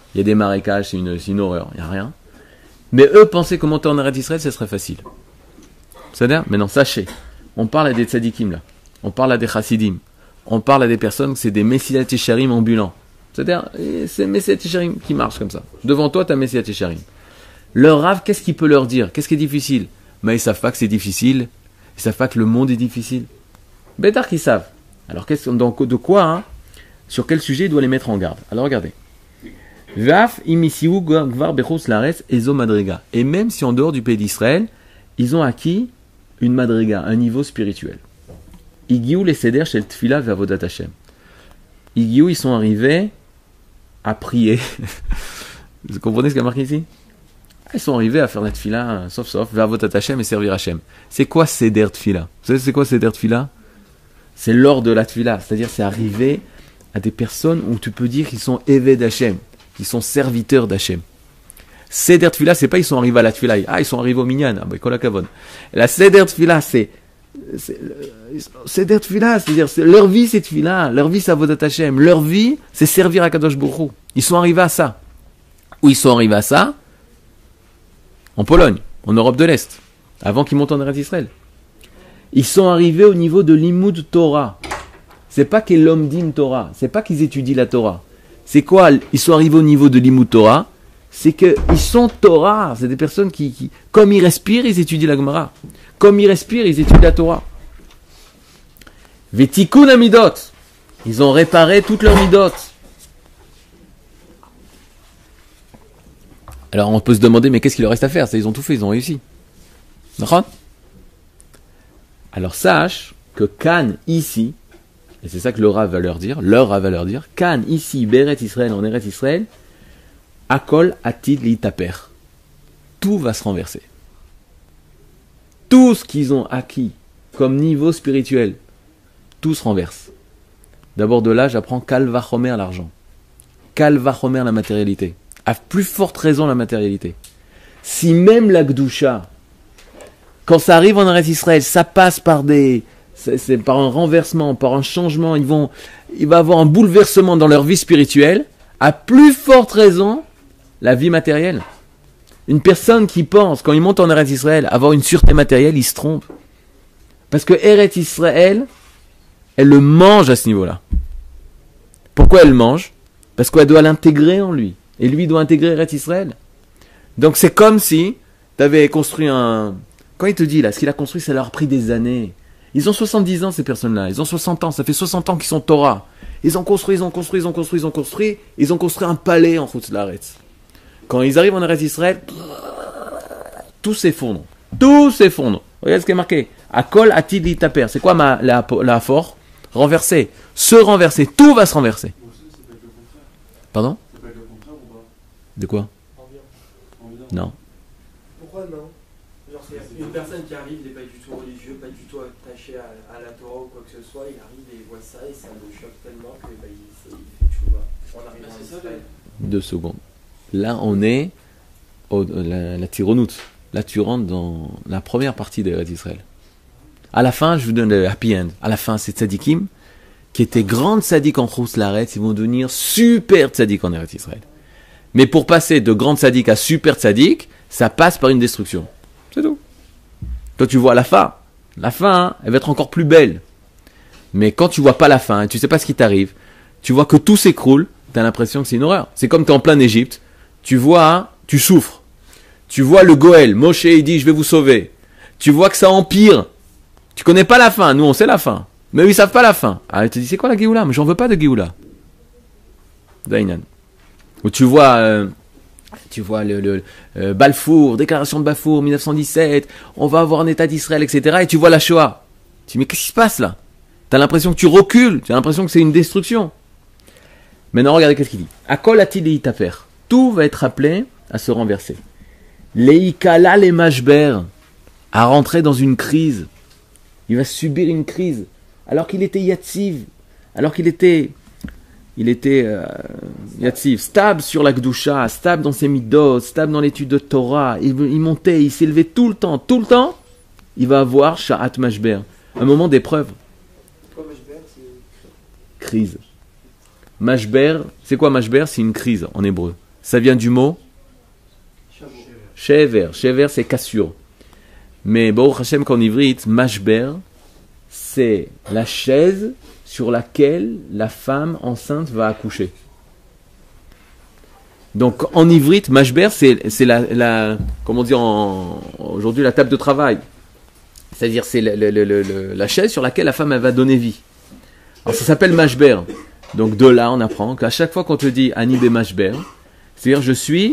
il y a des marécages, c'est une, c'est une horreur, il n'y a rien. Mais eux pensaient que monter en Eretz Israël, ce serait facile. C'est-à-dire, maintenant, sachez, on parle à des tzadikim là, on parle à des chassidim, on parle à des personnes, c'est des Messilat Yesharim ambulants. C'est-à-dire, c'est Messilat Yesharim qui marche comme ça. Devant toi, tu as Messilat Yesharim. Leur Rav, qu'est-ce qu'il peut leur dire? Qu'est-ce qui est difficile? Mais ils savent pas que c'est difficile, ils savent pas que le monde est difficile. Bétar qu'ils savent. Alors, qu'est-ce, donc, de quoi, hein, sur quel sujet il doit les mettre en garde? Alors, regardez. Vaf imisiu gvar bechus laretz ezo madriga. Et même si en dehors du pays d'Israël, ils ont acquis une madriga, un niveau spirituel. Igiu les seder shel tfila ve'avodat Hashem. Igiu, ils sont arrivés à prier. Vous comprenez ce qu'il y a marqué ici? Ils sont arrivés à faire la tfila, sauf sauf, ve'avodat Hashem et servir Hashem. C'est quoi seder tfila? Vous savez c'est quoi seder tfila? C'est l'or de la tfila, c'est-à-dire c'est arriver à des personnes où tu peux dire qu'ils sont évêques d'Hachem, qu'ils sont serviteurs d'Hachem. Seder Tfila, c'est pas ils sont arrivés à la Tfila, ah ils sont arrivés au Minyan, ah bah kolakavon. La Seder Tfila, c'est, c'est Seder Tfila, c'est-à-dire c'est, leur vie c'est Tfila, leur vie c'est Avodat Hachem, leur vie c'est servir à Kadosh Baruch Hu. Ils sont arrivés à ça. Où ils sont arrivés à ça? En Pologne, en Europe de l'Est, avant qu'ils montent en Eretz Israël. Ils sont arrivés au niveau de l'Imoud Torah. C'est pas qu'ils l'omdim Torah, c'est pas qu'ils étudient la Torah. C'est quoi? Ils sont arrivés au niveau de l'Imoud Torah, c'est qu'ils sont Torah, c'est des personnes qui, qui, comme ils respirent, ils étudient la Gemara. Comme ils respirent, ils étudient la Torah. Vetikun amidot, ils ont réparé toutes leurs midot. Alors on peut se demander, mais qu'est-ce qu'il leur reste à faire? Ça, ils ont tout fait, ils ont réussi. D'accord? Alors sache que Kan ici, et c'est ça que le Rav va leur dire, leur Rav va leur dire, Kan ici, Beret Israël, en Eretz Israël, Akol Atid Litaper. Tout va se renverser. Tout ce qu'ils ont acquis comme niveau spirituel, tout se renverse. D'abord de là, j'apprends Kal Vachomer l'argent. Kal Vachomer la matérialité. À plus forte raison la matérialité. Si même la Gdusha, quand ça arrive en Eretz Israël, ça passe par des... C'est, c'est par un renversement, par un changement, ils vont, il va y avoir un bouleversement dans leur vie spirituelle, à plus forte raison, la vie matérielle. Une personne qui pense, quand il monte en Eretz Israël, avoir une sûreté matérielle, il se trompe. Parce que Eretz Israël, elle le mange à ce niveau-là. Pourquoi elle le mange? Parce qu'elle doit l'intégrer en lui. Et lui doit intégrer Eretz Israël. Donc c'est comme si tu avais construit un... Quand il te dit là, ce qu'il a construit, ça leur a pris des années. Ils ont soixante-dix ans, ces personnes-là. Ils ont soixante ans. Ça fait soixante ans qu'ils sont Torah. Ils ont construit, ils ont construit, ils ont construit, ils ont construit. Ils ont construit un palais en Chutz La'aretz. Quand ils arrivent en Eretz Israël, tout s'effondre. Tout s'effondre. Regardez ce qui est marqué. Akol atid litaper. C'est quoi ma, la, la fort? Renverser. Se renverser. Tout va se renverser. Pardon? De quoi? Non. Pourquoi non? Genre, c'est une personne qui arrive, il n'est pas du tout religieux, pas du tout attaché à, à la Torah ou quoi que ce soit, il arrive et il voit ça et ça le choque tellement que bah, il, il fait tchouva. On arrive en Israël. Deux secondes. Là, on est au, la, la tironoute. Là, tu rentres dans la première partie de l'Eretz Israël. À la fin, je vous donne le happy end. À la fin, c'est tzadikim qui étaient grandes tzadiks en Chutz La'aretz, ils vont devenir super tzadiks en Eretz Israël. Mais pour passer de grandes tzadiks à super tzadiks, ça passe par une destruction. C'est tout. Toi, tu vois la fin. La fin, hein, elle va être encore plus belle. Mais quand tu vois pas la fin, et tu sais pas ce qui t'arrive, tu vois que tout s'écroule, tu as l'impression que c'est une horreur. C'est comme tu es en plein Égypte, tu vois, hein, tu souffres. Tu vois le Goël, Moshe, il dit, je vais vous sauver. Tu vois que ça empire. Tu connais pas la fin, nous on sait la fin. Mais eux, ils savent pas la fin. Ah, il te dit, c'est quoi la Géoula? Mais j'en veux pas de Géoula. Dainan. Où tu vois... Euh, Tu vois, le, le euh, Balfour, déclaration de Balfour, mille neuf cent dix-sept, on va avoir un État d'Israël, et cetera. Et tu vois la Shoah. Tu dis, mais qu'est-ce qui se passe là? Tu as l'impression que tu recules, tu as l'impression que c'est une destruction. Maintenant, regardez qu'est-ce qu'il dit. Akol atid litaper. Tout va être appelé à se renverser. Leikala le mashber, à rentrer dans une crise. Il va subir une crise. Alors qu'il était yatsiv, alors qu'il était... Il était euh, yatsiv, stable sur la Gdusha, stable dans ses midot, stable dans l'étude de Torah. Il, il montait, il s'élevait tout le temps, tout le temps. Il va avoir Sha'at Mashber, un moment d'épreuve. Quoi, Mashber, c'est... Crise. Mashber, c'est quoi Mashber? C'est une crise en hébreu. Ça vient du mot Shever. Shever, c'est cassure. Mais Baruch Hashem, qu'en ivrite, mashber, c'est la chaise sur laquelle la femme enceinte va accoucher. Donc en ivrite, mashber, c'est, c'est la, la, comment dire en, aujourd'hui, la table de travail. C'est-à-dire c'est le, le, le, le, la chaise sur laquelle la femme elle va donner vie. Alors ça s'appelle mashber. Donc de là, on apprend qu'à chaque fois qu'on te dit ani be mashber, c'est-à-dire je suis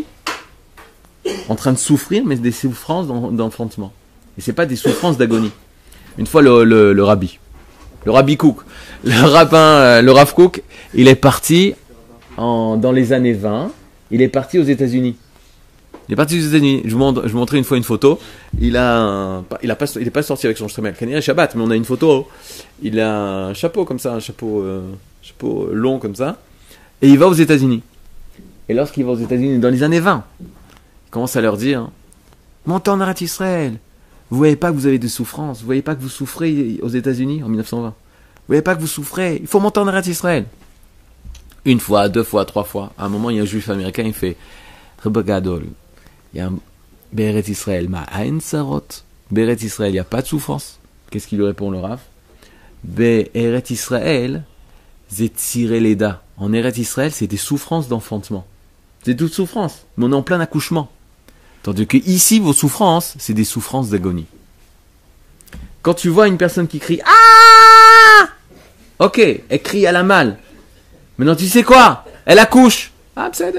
en train de souffrir, mais des souffrances d'enfantement. Et c'est pas des souffrances d'agonie. Une fois le, le, le rabbi, le rabbi Cook, le rabbin, le Rav Cook, il est parti en, dans les années vingt, il est parti aux États-Unis. Il est parti aux États-Unis. Je vous, montre, je vous montrais une fois une photo. Il a, un, il a pas, il est pas sorti avec son chemin canien Shabbat, mais on a une photo. Il a un chapeau comme ça, un chapeau, euh, chapeau long comme ça, et il va aux États-Unis. Et lorsqu'il va aux États-Unis dans les années vingt, il commence à leur dire montez en Eretz Israël. Vous voyez pas que vous avez des souffrances. Vous voyez pas que vous souffrez aux États-Unis en mille neuf cent vingt. Vous voyez pas que vous souffrez. Il faut monter en Eretz Israël. Une fois, deux fois, trois fois. À un moment, il y a un juif américain, il fait Rebbe Gadol. Il y a un Beret Israël, ma Ain Sarot. Beret Israël, il n'y a pas de souffrance. Qu'est-ce qu'il lui répond le Rav? Beret Israël, Zetzire Leda. En Eretz Israël, c'est des souffrances d'enfantement. C'est toute souffrance. Mais on est en plein accouchement. Tandis que ici, vos souffrances, c'est des souffrances d'agonie. Quand tu vois une personne qui crie ah, ok, elle crie à la mal. Maintenant, tu sais quoi? Elle accouche. Ah, c'est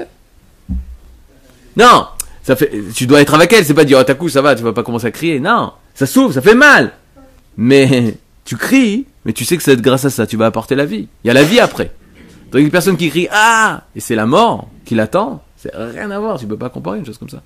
non, ça fait. Tu dois être avec elle. C'est pas dire oh, t'accouches, ça va, tu vas pas commencer à crier. Non, ça souffre, ça fait mal. Mais tu cries, mais tu sais que c'est grâce à ça, tu vas apporter la vie. Il y a la vie après. Donc une personne qui crie ah, et c'est la mort qui l'attend. C'est rien à voir. Tu peux pas comparer une chose comme ça.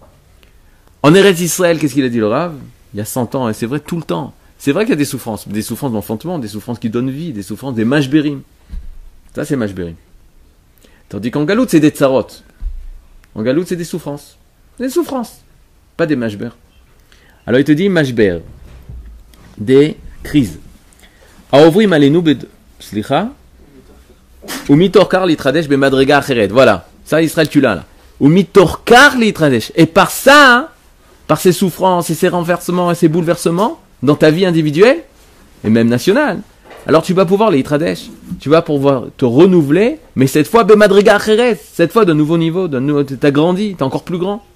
En Eretz Israël, qu'est-ce qu'il a dit le Rav? Il y a cent ans, et c'est vrai tout le temps. C'est vrai qu'il y a des souffrances, des souffrances d'enfantement, des souffrances qui donnent vie, des souffrances, des mashberim. Ça, c'est mashberim. Tandis qu'en Galout, c'est des tsarot. En Galout, c'est des souffrances. Des souffrances, pas des mashber. Alors il te dit mashber, des crises. Aovrim alenu bed, slicha, ou mitorkar litradesh be madrega acheret. Voilà, ça Israël tu l'as là. Ou mitorkar litradesh. Et par ça, par ces souffrances et ces renversements et ces bouleversements dans ta vie individuelle et même nationale, alors tu vas pouvoir les Yitradesh, tu vas pouvoir te renouveler, mais cette fois Bemadriga Acheret, cette fois d'un nouveau niveau, d'un nouveau, t'as grandi, t'es encore plus grand.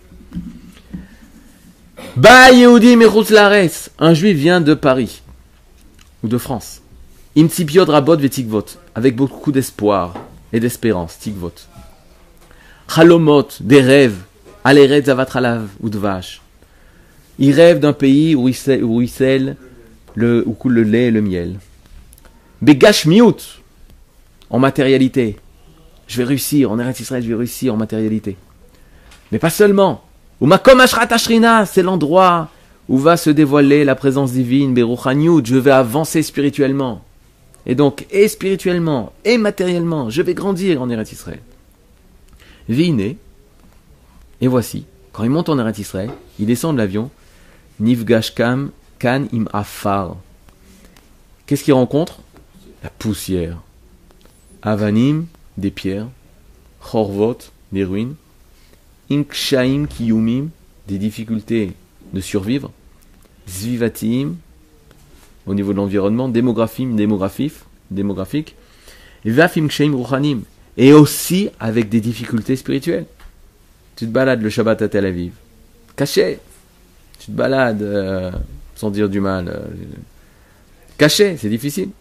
Ba Yehudi Mechutz Laaretz, un juif vient de Paris ou de France. Im tzipiot rabot vetikvot, avec beaucoup d'espoir et d'espérance, tikvot. Chalomot, des rêves, aleret zavatralav ou dvash. Il rêve d'un pays où il, où il scelle le, où coule le lait et le miel. Begash miut, en matérialité. Je vais réussir, en Eretz Israël, je vais réussir en matérialité. Mais pas seulement. Ou makom ashrat ashrina, c'est l'endroit où va se dévoiler la présence divine. Beruchaniut, je vais avancer spirituellement. Et donc, et spirituellement, et matériellement, je vais grandir en Eretz Israël. Vine, et voici, quand il monte en Eretz Israël, il descend de l'avion. Nifgashkam kan im afar. Qu'est-ce qu'il rencontre? La poussière. Avanim, des pierres. Chorvot, des ruines. Inkshaim kiyumim, des difficultés de survivre. Zvivatim, au niveau de l'environnement. Démographim, démographif, démographique. Vafim kshaim ruchanim, et aussi avec des difficultés spirituelles. Tu te balades le Shabbat à Tel Aviv. Caché. Tu te balades, euh, sans dire du mal, euh, caché, c'est difficile.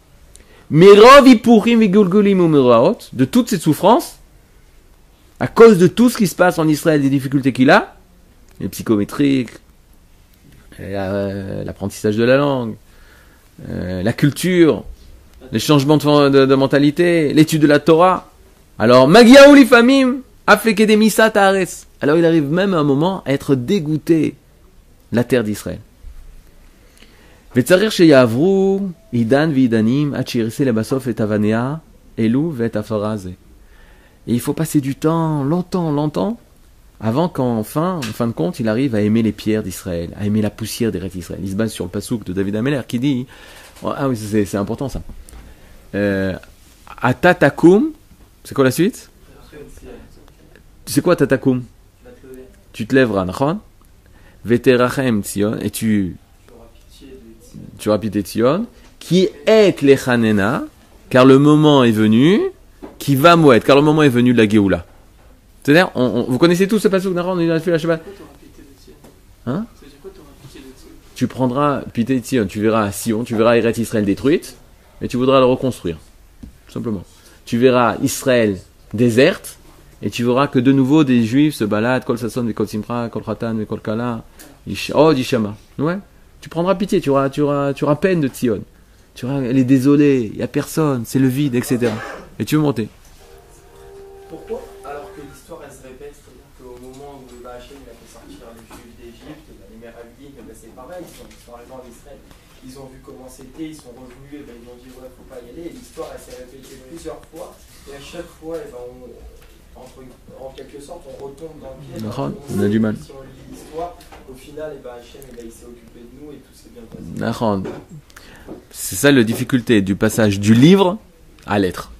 De toutes ces souffrances, à cause de tout ce qui se passe en Israël, des difficultés qu'il a, les psychométriques, euh, l'apprentissage de la langue, euh, la culture, les changements de, de, de mentalité, l'étude de la Torah. Alors, Magiaou lifamim, afeke de misat haaretz. Alors il arrive même à un moment à être dégoûté la terre d'Israël. וצריך שיעברו עידן ועידנים עד שירסה לבסוף את אבניה אלו ואת עפרה הזה. Et il faut passer du temps, longtemps, longtemps, avant qu'enfin, en fin de compte, il arrive à aimer les pierres d'Israël, à aimer la poussière d'Eretz Israël. Il se base sur le pasouk de David Ameller qui dit, ah oui, c'est, c'est important ça. Euh, Atatakum, c'est quoi la suite? c'est quoi tatakum? Tu vas te lever. Tu te lèveras, nachon? Veterachem Tzion, et tu, Tu auras pitié de Tzion. tu auras pitié de Tzion, qui est lechanena, car le moment est venu, qui va moed, car le moment est venu de la Géoula. C'est-à-dire, on, on, vous connaissez tous ce passage, nachon, on a fait la Shabbat. Pourquoi tu auras pitié de Tzion? Hein? Ça veut dire quoi tu auras pitié de Tzion? Tu prendras pitié de Tzion, tu verras Sion, tu verras Eretz Israël détruite, et tu voudras le reconstruire. Tout simplement. Tu verras Israël déserte, et tu verras que de nouveau des Juifs se baladent, Kol Sasson, Kol Simcha, Kol Khatan, Kol Kala, oh, d'Ishama. Ouais. Tu prendras pitié, tu auras, tu auras, tu auras peine de Tzion. Tu auras, elle est désolée, il n'y a personne, c'est le vide, et cetera. Et tu veux monter. Pourquoi? Alors que l'histoire elle se répète, c'est-à-dire qu'au moment où Hachem il a fait sortir les Juifs d'Égypte, ben, les Méravidim, ben, c'est pareil, ils sont, ils sont arrivés en Israël, ils ont vu comment c'était, ils sont revenus, et ben, ils ont dit ouais, faut pas y aller, et l'histoire elle s'est répétée plusieurs fois, et à chaque fois, et ben, on, entre, en quelque sorte, on retombe dans le piège. Nachon, on on a du mal. Si on lit l'histoire, au final, et ben, Hachem eh ben, il s'est occupé de nous et tout s'est bien passé. Nachon. C'est ça la difficulté du passage du livre à l'être.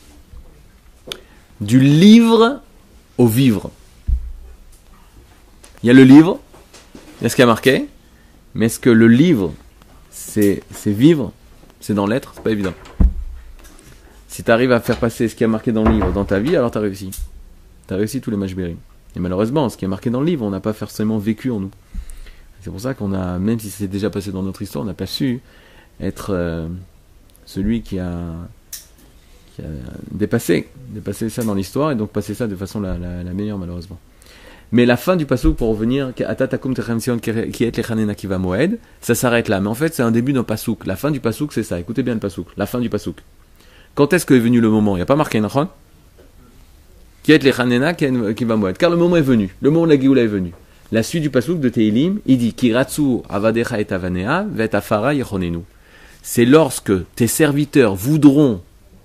Du livre au vivre. Il y a le livre, il y a ce qui a marqué, mais est-ce que le livre, c'est, c'est vivre, c'est dans l'être, c'est pas évident. Si tu arrives à faire passer ce qui a marqué dans le livre dans ta vie, alors tu as réussi. Tu as réussi tous les mashbirim. Et malheureusement, ce qui est marqué dans le livre, on n'a pas forcément vécu en nous. C'est pour ça qu'on a, même si c'est déjà passé dans notre histoire, on n'a pas su être euh, celui qui a, qui a dépassé, dépassé ça dans l'histoire et donc passé ça de façon la, la, la meilleure malheureusement. Mais la fin du passouk, pour revenir, qui est lechanena qui va moed, ça s'arrête là. Mais en fait, c'est un début d'un passouk. La fin du passouk, c'est ça. Écoutez bien le passouk. La fin du passouk. Quand est-ce qu'est venu le moment? Il n'y a pas marqué, nachon? Qui est lechanena qui va moed. Car le moment est venu. Le moment de la Géoula est venu. La suite du passouk de Tehilim, il dit Kiratsu avadecha et avanea vet afara yechonenu. C'est lorsque tes serviteurs voudront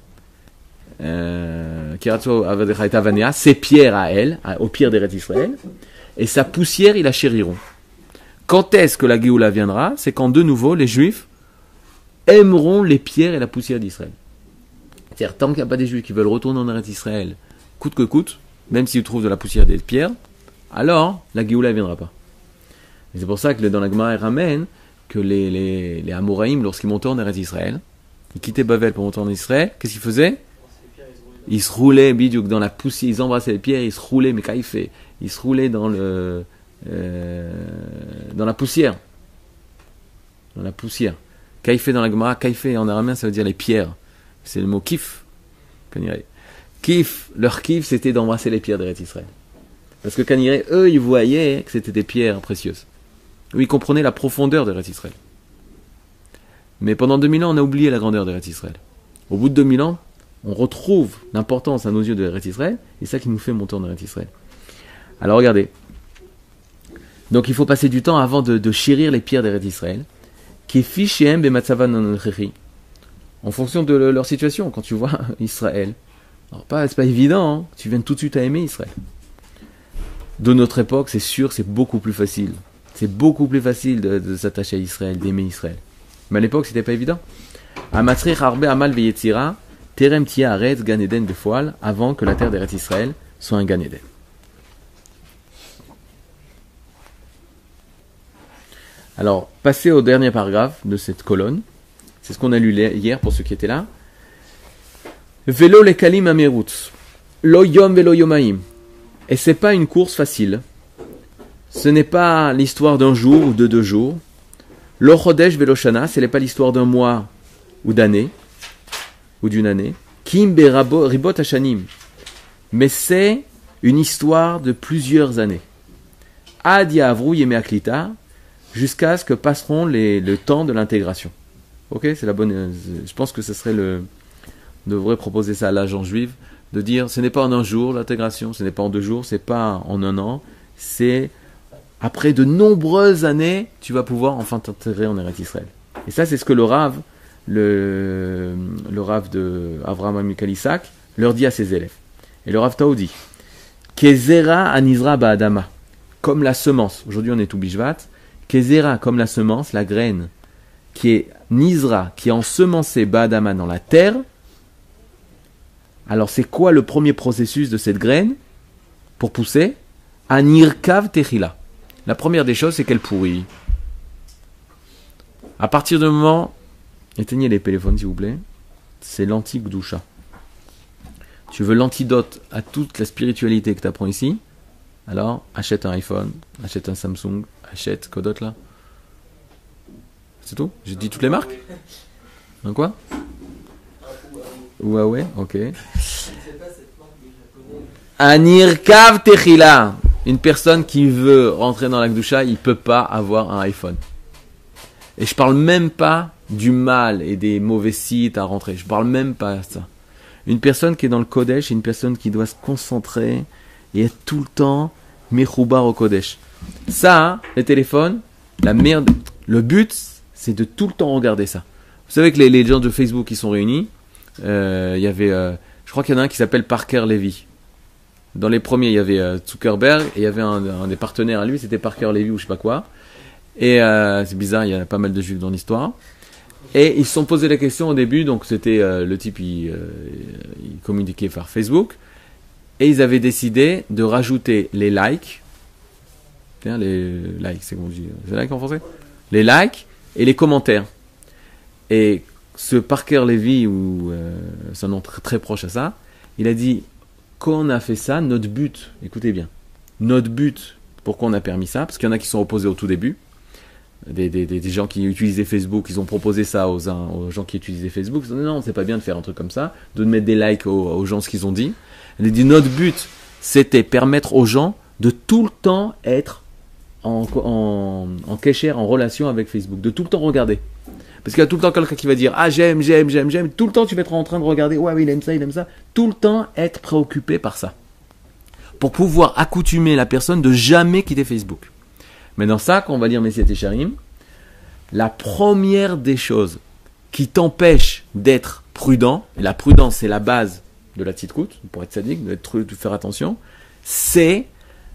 euh, Kiratsu avadecha et avanea, ses pierres à elle, à, au pire d'Eretz Israël, et sa poussière ils la chériront. Quand est-ce que la Géoula viendra? C'est quand de nouveau les Juifs aimeront les pierres et la poussière d'Israël. C'est-à-dire tant qu'il n'y a pas des Juifs qui veulent retourner en Eretz Israël, coûte que coûte, même s'ils trouvent de la poussière et des pierres, alors la Géoula ne viendra pas. Et c'est pour ça que dans la Gemara, il ramène que les, les, les Amoraïm, lorsqu'ils montaient en Eretz Israël, ils quittaient Bavel pour monter en Israël, qu'est-ce qu'ils faisaient? Ils se roulaient, bidiouk, dans la poussière, ils embrassaient les pierres, ils se roulaient, mais caïfé, ils se roulaient dans le, euh, dans la poussière. Dans la poussière. Caïfé dans la Gemara, caïfé en araméen, ça veut dire les pierres. C'est le mot kif. Kif, leur kif, c'était d'embrasser les pierres d'Eretz Israël. Parce que quand ils, eux, ils voyaient que c'était des pierres précieuses. Eux, ils comprenaient la profondeur d'Eretz Israël. Mais pendant deux mille ans, on a oublié la grandeur d'Eretz Israël. Au bout de deux mille ans, on retrouve l'importance à nos yeux de Eretz Israël, et c'est ça qui nous fait monter en Eretz Israël. Alors regardez. Donc il faut passer du temps avant de, de chérir les pierres d'Eretz Israël, qui est fichem bematzava non-nochechi, en fonction de le, leur situation. Quand tu vois Israël, alors pas, c'est pas évident, hein, tu viens tout de suite à aimer Israël. De notre époque, c'est sûr, c'est beaucoup plus facile. C'est beaucoup plus facile de, de s'attacher à Israël, d'aimer Israël. Mais à l'époque, c'était pas évident. Amatzri harbe amal veyetzira, terem tia aretz gan eden befoal, avant que la terre d'Eretz Israël soit un gan eden. Alors, passez au dernier paragraphe de cette colonne. C'est ce qu'on a lu hier pour ceux qui étaient là. Velo lekalim amerut, lo yom velo yomaim. Et c'est pas une course facile. Ce n'est pas l'histoire d'un jour ou de deux jours. Lo chodesh velo shana, ce n'est pas l'histoire d'un mois ou d'année ou d'une année. Kim berabo ribot hashanim. Mais c'est une histoire de plusieurs années. Ad yavru yeme aklita, jusqu'à ce que passeront les, le temps de l'intégration. Ok, c'est la bonne. Je pense que ce serait le. On devrait proposer ça à l'agent juif, de dire ce n'est pas en un jour l'intégration, ce n'est pas en deux jours, c'est pas en un an, c'est après de nombreuses années, tu vas pouvoir enfin t'intégrer en Eretz Israël. Et ça, c'est ce que le Rav, le, le Rav de Avraham Amikal Isaac, leur dit à ses élèves. Et le Rav Tao dit Kezera anizra ba'adama, comme la semence. Aujourd'hui, on est tout bishvat. Kezera, comme la semence, la graine, qui est nizra, qui est ensemencée ba'adama dans la terre. Alors, c'est quoi le premier processus de cette graine? pour pousser, Anirkav Techila. La première des choses, c'est qu'elle pourrit. À partir du moment, éteignez les téléphones s'il vous plaît, c'est l'anti-gdusha. Tu veux l'antidote à toute la spiritualité que tu apprends ici, alors achète un iPhone, achète un Samsung, achète quoi d'autre là? C'est tout? J'ai dit toutes les marques? Un quoi? Huawei, ok. Anirkav Techila. Une personne qui veut rentrer dans la Gdusha, il ne peut pas avoir un iPhone. Et je parle même pas du mal et des mauvais sites à rentrer. Je parle même pas de ça. Une personne qui est dans le Kodesh, une personne qui doit se concentrer et être tout le temps Mechoubar au Kodesh. Ça, hein, les téléphones, la merde, le but, c'est de tout le temps regarder ça. Vous savez que les, les gens de Facebook qui sont réunis, euh, il y avait, euh, je crois qu'il y en a un qui s'appelle Parker Levy. Dans les premiers, il y avait euh, Zuckerberg et il y avait un, un des partenaires à lui, c'était Parker Levy ou je sais pas quoi. Et euh, c'est bizarre, il y a pas mal de juifs dans l'histoire. Et ils se sont posé la question au début, donc c'était euh, le type, il, euh, il communiquait par Facebook. Et ils avaient décidé de rajouter les likes. Tiens, les likes, c'est comment on dit? Les likes en français? Les likes et les commentaires. Et ce Parker Levy, ou euh, c'est un nom très, très proche à ça, il a dit, quand on a fait ça, notre but, écoutez bien, notre but, pourquoi on a permis ça? Parce qu'il y en a qui sont opposés au tout début. Des, des, des, des gens qui utilisaient Facebook, ils ont proposé ça aux, uns, aux gens qui utilisaient Facebook. Ils ont dit non, c'est pas bien de faire un truc comme ça, de mettre des likes aux, aux gens, ce qu'ils ont dit. Il a dit notre but, c'était permettre aux gens de tout le temps être en, en, en kécher, en relation avec Facebook, de tout le temps regarder. Parce qu'il y a tout le temps quelqu'un qui va dire ah j'aime, j'aime, j'aime, j'aime. Tout le temps tu vas être en train de regarder, ouais, ouais, il aime ça, il aime ça. Tout le temps être préoccupé par ça. Pour pouvoir accoutumer la personne de jamais quitter Facebook. Mais dans ça, quand on va dire Messiat Yesharim, la première des choses qui t'empêche d'être prudent, et la prudence c'est la base de la tzidkout, pour être sadique, de faire attention, c'est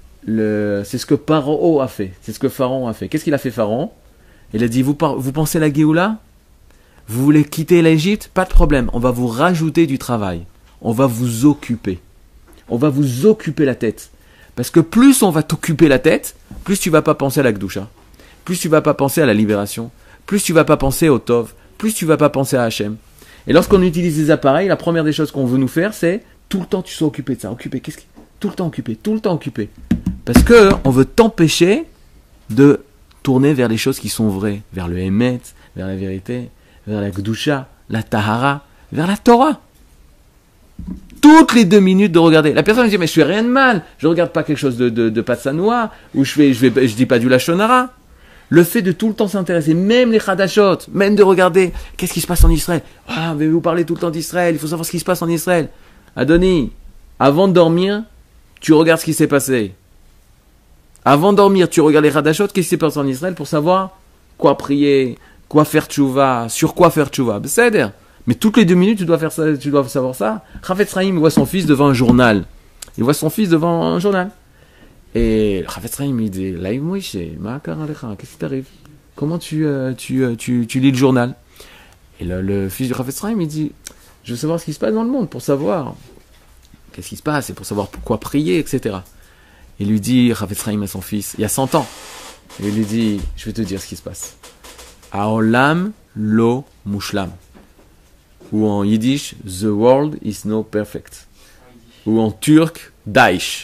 le, c'est ce que Pharaon a fait. C'est ce que Pharaon a fait. Qu'est-ce qu'il a fait Pharaon? Il a dit, vous, vous pensez la Géoula? Vous voulez quitter l'Égypte? Pas de problème, on va vous rajouter du travail. On va vous occuper. On va vous occuper la tête. Parce que plus on va t'occuper la tête, plus tu vas pas penser à la Gdusha, plus tu vas pas penser à la libération, plus tu vas pas penser au Tov, plus tu vas pas penser à Hachem. Et lorsqu'on utilise des appareils, la première des choses qu'on veut nous faire, c'est tout le temps tu sois occupé de ça, occupé, qu'est-ce qui... tout le temps occupé, tout le temps occupé. Parce que on veut t'empêcher de tourner vers les choses qui sont vraies, vers le Emet, vers la vérité, vers la Gdusha, la Tahara, vers la Torah. Toutes les deux minutes de regarder. La personne me dit, mais je fais rien de mal. Je regarde pas quelque chose de, de, de Patsanoa, ou je fais, je vais, je dis pas du Lachonara. Le fait de tout le temps s'intéresser, même les Chadashot, même de regarder, qu'est-ce qui se passe en Israël? Ah, mais vous parlez tout le temps d'Israël, il faut savoir ce qui se passe en Israël. Adoni, avant de dormir, tu regardes ce qui s'est passé. Avant de dormir, tu regardes les Chadashot, qu'est-ce qui s'est passé en Israël pour savoir quoi prier, quoi faire tchouva, sur quoi faire tchouva. C'est-à-dire, mais toutes les deux minutes, tu dois faire ça, tu dois savoir ça. Chafetz Chaim voit son fils devant un journal. Il voit son fils devant un journal. Et Chafetz Chaim, il dit, Laïv Moïse, qu'est-ce qui t'arrive? Comment tu, euh, tu, euh, tu, tu lis le journal? Et le, le fils de Chafetz Chaim, il dit, je veux savoir ce qui se passe dans le monde, pour savoir qu'est-ce qui se passe, et pour savoir pourquoi prier, et cetera. Il lui dit, Chafetz Chaim à son fils, il y a cent ans. Et il lui dit, je vais te dire ce qui se passe. Haolam lo mushlam. Ou en yiddish, the world is no perfect. Ou en turc, Daesh.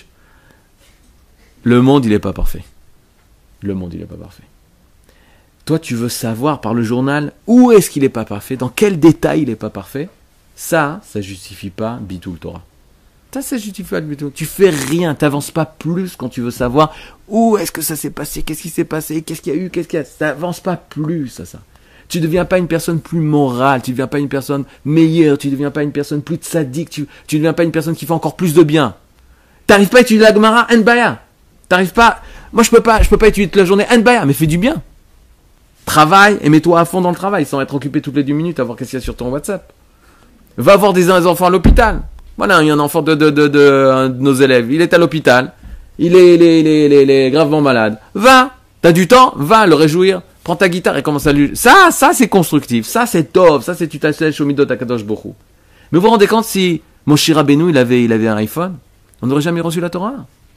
Le monde, il n'est pas parfait. Le monde, il n'est pas parfait. Toi, tu veux savoir par le journal où est-ce qu'il n'est pas parfait, dans quel détail il n'est pas parfait. Ça, ça ne justifie pas Bitul Torah. Ça, ça justifie pas Bitul. Tu fais rien, tu n'avances pas plus quand tu veux savoir où est-ce que ça s'est passé, qu'est-ce qui s'est passé, qu'est-ce qu'il y a eu, qu'est-ce qu'il y a. Ça n'avance pas plus à ça. Tu ne deviens pas une personne plus morale, tu ne deviens pas une personne meilleure, tu ne deviens pas une personne plus tzaddik, tu ne deviens pas une personne qui fait encore plus de bien. Tu n'arrives pas à étudier la Gemara, en baya. Tu n'arrives pas, moi je peux pas, je peux pas étudier toute la journée, en baya, mais fais du bien. Travaille et mets-toi à fond dans le travail, sans être occupé toutes les deux minutes à voir qu'est-ce qu'il y a sur ton WhatsApp. Va voir des enfants à l'hôpital. Voilà, il y a un enfant de, de, de, de, de, de nos élèves, il est à l'hôpital, il est, il est, il est, il est, il est gravement malade. Va, t'as du temps, va le réjouir. Prends ta guitare et commence à lui... Ça, ça c'est constructif, ça c'est top, ça c'est tu t'assèches au midot akadosh borou. Mais vous vous rendez compte si Moshe Rabbeinu il avait, il avait un iPhone, on n'aurait jamais reçu la Torah.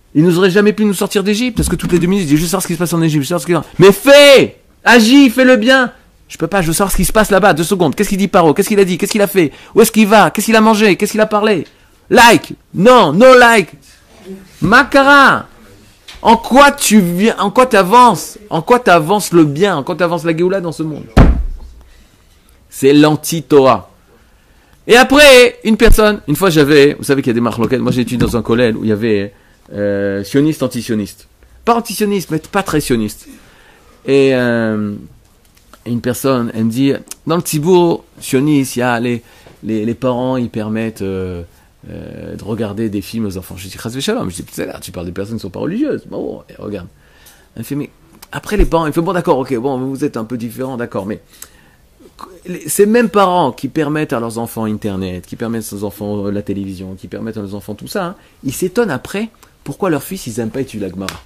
Il nous aurait jamais pu nous sortir d'Égypte, parce que toutes les deux minutes, il dit, je veux savoir ce qui se passe en Égypte, je veux savoir ce qui se passe. Mais fais! Agis, fais le bien! Je peux pas, je veux savoir ce qui se passe là-bas, deux secondes. Qu'est-ce qu'il dit Paro? Qu'est-ce qu'il a dit? Qu'est-ce qu'il a fait? Où est-ce qu'il va? Qu'est-ce qu'il a mangé? Qu'est-ce qu'il a parlé? Like! Non, no like! Makara! En quoi tu viens, en quoi tu avances? En quoi tu avances le bien? En quoi tu avances la Géoula dans ce monde? C'est l'anti-Torah. Et après, une personne, une fois j'avais, vous savez qu'il y a des marloquettes, moi j'ai étudié dans un collège où il y avait euh, sioniste, anti-sioniste. Pas anti-sioniste, mais pas très sioniste. Et euh, une personne, elle me dit, dans le Tibour sioniste, il y a les, les, les parents, ils permettent euh, euh, de regarder des films aux enfants. Je dis, Chas v'Shalom, je dis, c'est là, tu parles des personnes qui ne sont pas religieuses. Bon, et regarde. Elle me fait, mais après les parents, il fait, bon d'accord, ok, bon, vous êtes un peu différents, d'accord, mais ces mêmes parents qui permettent à leurs enfants Internet, qui permettent à leurs enfants la télévision, qui permettent à leurs enfants tout ça, hein, ils s'étonnent après pourquoi leurs fils, ils n'aiment pas étudier la Gemara.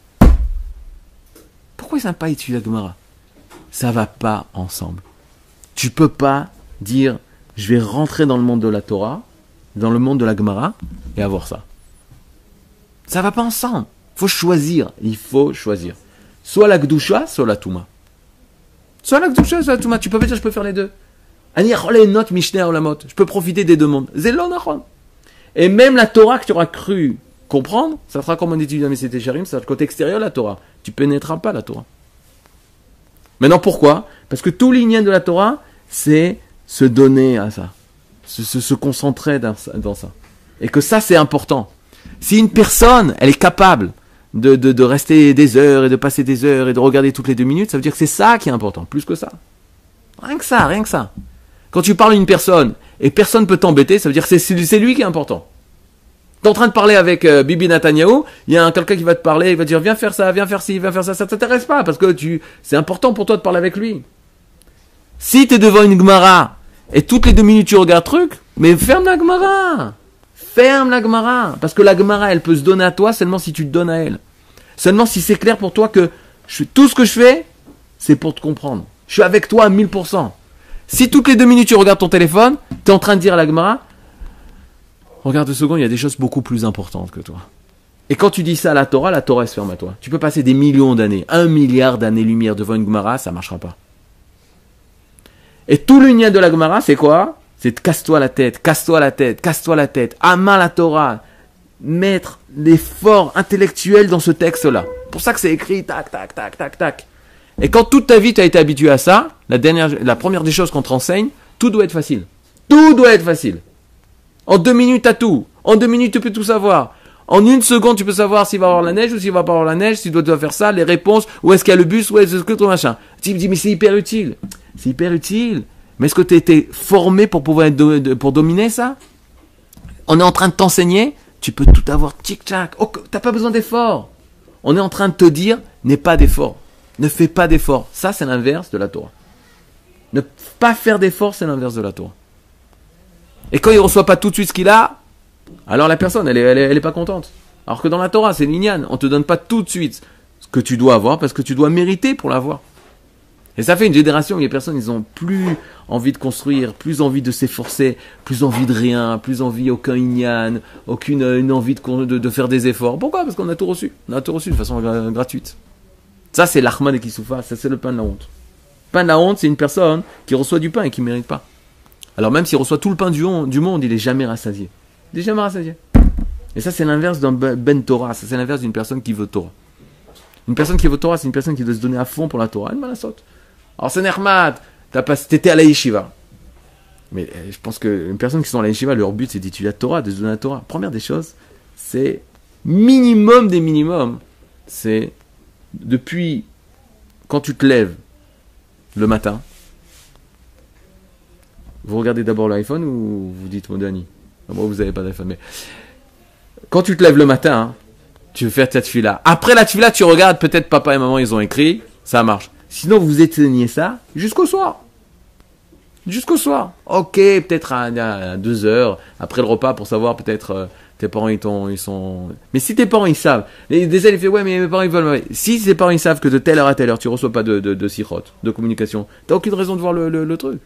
Pourquoi ils n'aiment pas étudier la Gemara? Ça va pas ensemble. Tu peux pas dire, je vais rentrer dans le monde de la Torah, dans le monde de la Gemara, et avoir ça. Ça va pas ensemble. Il faut choisir. Il faut choisir. Soit la Gdusha, soit la Touma. Soit la Gdusha, soit la Touma. Tu peux pas dire, je peux faire les deux. Je peux profiter des deux mondes. Et même la Torah que tu auras cru comprendre, ça sera comme on étudie dans Messété Charim, c'est le côté extérieur de la Torah. Tu pénétreras pas la Torah. Maintenant, pourquoi? Parce que tout l'ignan de la Torah, c'est se donner à ça. Se, se, se concentrer dans, dans ça. Et que ça, c'est important. Si une personne, elle est capable de, de, de rester des heures et de passer des heures et de regarder toutes les deux minutes, ça veut dire que c'est ça qui est important, plus que ça. Rien que ça, rien que ça. Quand tu parles à une personne et personne ne peut t'embêter, ça veut dire que c'est, c'est lui qui est important. T'es en train de parler avec euh, Bibi Netanyahou, il y a un, quelqu'un qui va te parler, il va te dire viens faire ça, viens faire ci, viens faire ça, ça t'intéresse pas parce que tu, c'est important pour toi de parler avec lui. Si t'es devant une Gemara et toutes les deux minutes tu regardes truc, mais ferme la Gemara, ferme la Gemara, parce que la Gemara elle peut se donner à toi seulement si tu te donnes à elle, seulement si c'est clair pour toi que je, tout ce que je fais, c'est pour te comprendre. Je suis avec toi à mille pour cent. Si toutes les deux minutes tu regardes ton téléphone, t'es en train de dire à la Gemara, regarde deux secondes, il y a des choses beaucoup plus importantes que toi. Et quand tu dis ça à la Torah, la Torah se ferme à toi. Tu peux passer des millions d'années, un milliard d'années-lumière devant une Gemara, ça ne marchera pas. Et tout l'union de la Gemara, c'est quoi? C'est de casse-toi la tête, casse-toi la tête, casse-toi la tête, ama la Torah, mettre l'effort intellectuel dans ce texte-là. C'est pour ça que c'est écrit, tac, tac, tac, tac, tac. Et quand toute ta vie tu as été habitué à ça, la, dernière, la première des choses qu'on te renseigne, tout doit être facile. Tout doit être facile. En deux minutes, t'as tout. En deux minutes, tu peux tout savoir. En une seconde, tu peux savoir s'il va y avoir la neige ou s'il va pas avoir la neige, s'il doit, doit faire ça, les réponses, où est-ce qu'il y a le bus, où est-ce que ton machin. Tu me dis, mais c'est hyper utile. C'est hyper utile. Mais est-ce que tu as été formé pour pouvoir être do- de, pour dominer ça? On est en train de t'enseigner, tu peux tout avoir tic-tac. Oh, t'as pas besoin d'effort. On est en train de te dire, n'aie pas d'effort. Ne fais pas d'effort. Ça, c'est l'inverse de la Torah. Ne pas faire d'effort, c'est l'inverse de la Torah. Et quand il ne reçoit pas tout de suite ce qu'il a, alors la personne, elle n'est elle est, elle est pas contente. Alors que dans la Torah, c'est l'ignan. On ne te donne pas tout de suite ce que tu dois avoir parce que tu dois mériter pour l'avoir. Et ça fait une génération où les personnes, ils ont plus envie de construire, plus envie de s'efforcer, plus envie de rien, plus envie aucun ignan, aucune une envie de, de, de faire des efforts. Pourquoi? Parce qu'on a tout reçu. On a tout reçu de façon gra- gratuite. Ça, c'est l'Achman et Kisoufa. Ça, c'est le pain de la honte. Le pain de la honte, c'est une personne qui reçoit du pain et qui ne mérite pas. Alors même s'il reçoit tout le pain du, du monde, il n'est jamais rassasié. Il n'est jamais rassasié. Et ça, c'est l'inverse d'un ben Torah. Ça, c'est l'inverse d'une personne qui veut Torah. Une personne qui veut Torah, c'est une personne qui doit se donner à fond pour la Torah. Elle m'a la saute. Alors c'est Nermat, t'as pas, t'étais à la yeshiva. Mais euh, je pense qu'une personne qui sont à la yeshiva, leur but c'est d'étudier la Torah, de se donner la Torah. Première des choses, c'est minimum des minimums. C'est depuis quand tu te lèves le matin, vous regardez d'abord l'iPhone ou vous dites mon Dani? Moi vous n'avez pas d'iPhone, mais quand tu te lèves le matin, hein, tu veux faire cette fille-là. Après la fille-là, tu regardes peut-être papa et maman ils ont écrit, ça marche. Sinon, vous éteignez ça jusqu'au soir. Jusqu'au soir. Ok, peut-être à, à deux heures, après le repas, pour savoir peut-être euh, tes parents, ils, ils sont... Mais si tes parents, ils savent... Les, des ailes, ils font, ouais, mais mes parents, ils veulent... Ouais. Si tes parents, ils savent que de telle heure à telle heure, tu ne reçois pas de, de, de sikhot, de communication, tu n'as aucune raison de voir le, le, le truc.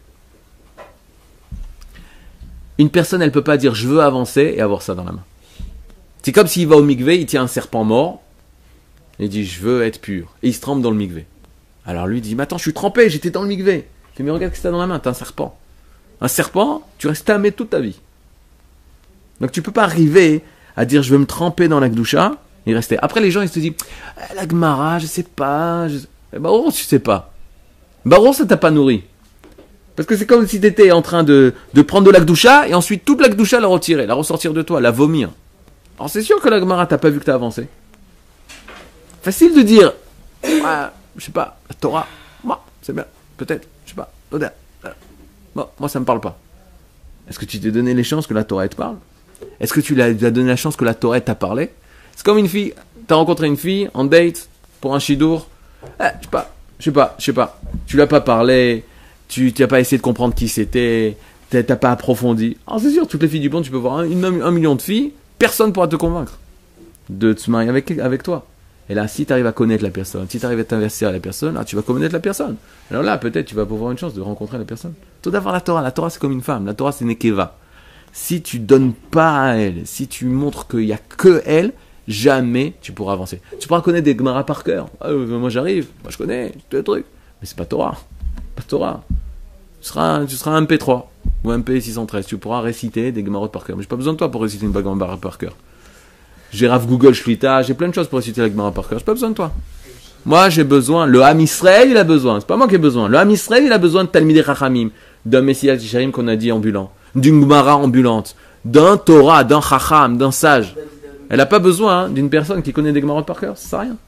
Une personne, elle ne peut pas dire, je veux avancer et avoir ça dans la main. C'est comme s'il va au mikvé, il tient un serpent mort, et il dit, je veux être pur. Et il se trempe dans le mikvé. Alors lui dit, mais attends, je suis trempé, j'étais dans le mikvé. Il fait, mais regarde ce que t'as dans la main, t'as un serpent. Un serpent, tu restes tamé toute ta vie. Donc tu peux pas arriver à dire, je veux me tremper dans la Gdoucha, et rester. Après les gens, ils se disent, eh, la Gemara, je sais pas. Je... Eh, bah, oh, tu sais pas. Bah, oh, ça t'a pas nourri. Parce que c'est comme si tu étais en train de, de prendre de la Gdoucha, et ensuite toute la Gdoucha la retirer, la ressortir de toi, la vomir. Alors c'est sûr que la Gemara, t'as pas vu que t'as avancé. Facile de dire, ah, je sais pas, la Torah, moi, c'est bien, peut-être, je sais pas, bon, moi ça me parle pas. Est-ce que tu t'es donné les chances que la Torah te parle? Est-ce que tu lui as donné la chance que la Torah t'a parlé? C'est comme une fille, t'as rencontré une fille en date pour un chidour, eh, je sais pas, je sais pas, je sais pas, tu l'as pas parlé, tu n'as pas essayé de comprendre qui c'était, t'as pas approfondi. Alors c'est sûr, toutes les filles du monde, tu peux voir un, une, un million de filles, personne ne pourra te convaincre de te marier avec, avec toi. Et là, si tu arrives à connaître la personne, si tu arrives à t'investir à la personne, là, tu vas connaître la personne. Alors là, peut-être, tu vas avoir une chance de rencontrer la personne. Tout d'avoir la Torah. La Torah, c'est comme une femme. La Torah, c'est Nekeva. Si tu donnes pas à elle, si tu montres qu'il n'y a que elle, jamais tu pourras avancer. Tu pourras connaître des Gemara par cœur. Ah, euh, moi, j'arrive. Moi, je connais tous les trucs. Mais c'est pas Torah. Pas Torah. Tu seras, tu seras un M P trois ou un M P six cent treize. Tu pourras réciter des Gemarot par cœur. Mais j'ai pas besoin de toi pour réciter une Gemara par cœur. J'ai Rav Google Shlita, j'ai plein de choses pour réciter la Gemara par cœur. J'ai pas besoin de toi. Moi, j'ai besoin, le Ham Israël, il a besoin. C'est pas moi qui ai besoin. Le Ham Israël, il a besoin de Talmidei Chachamim, d'un Messias Tisharim qu'on a dit ambulant, d'une Gemara ambulante, d'un Torah, d'un Chacham, d'un sage. Elle a pas besoin hein, d'une personne qui connaît des Gemarot par cœur. Ça sert à rien.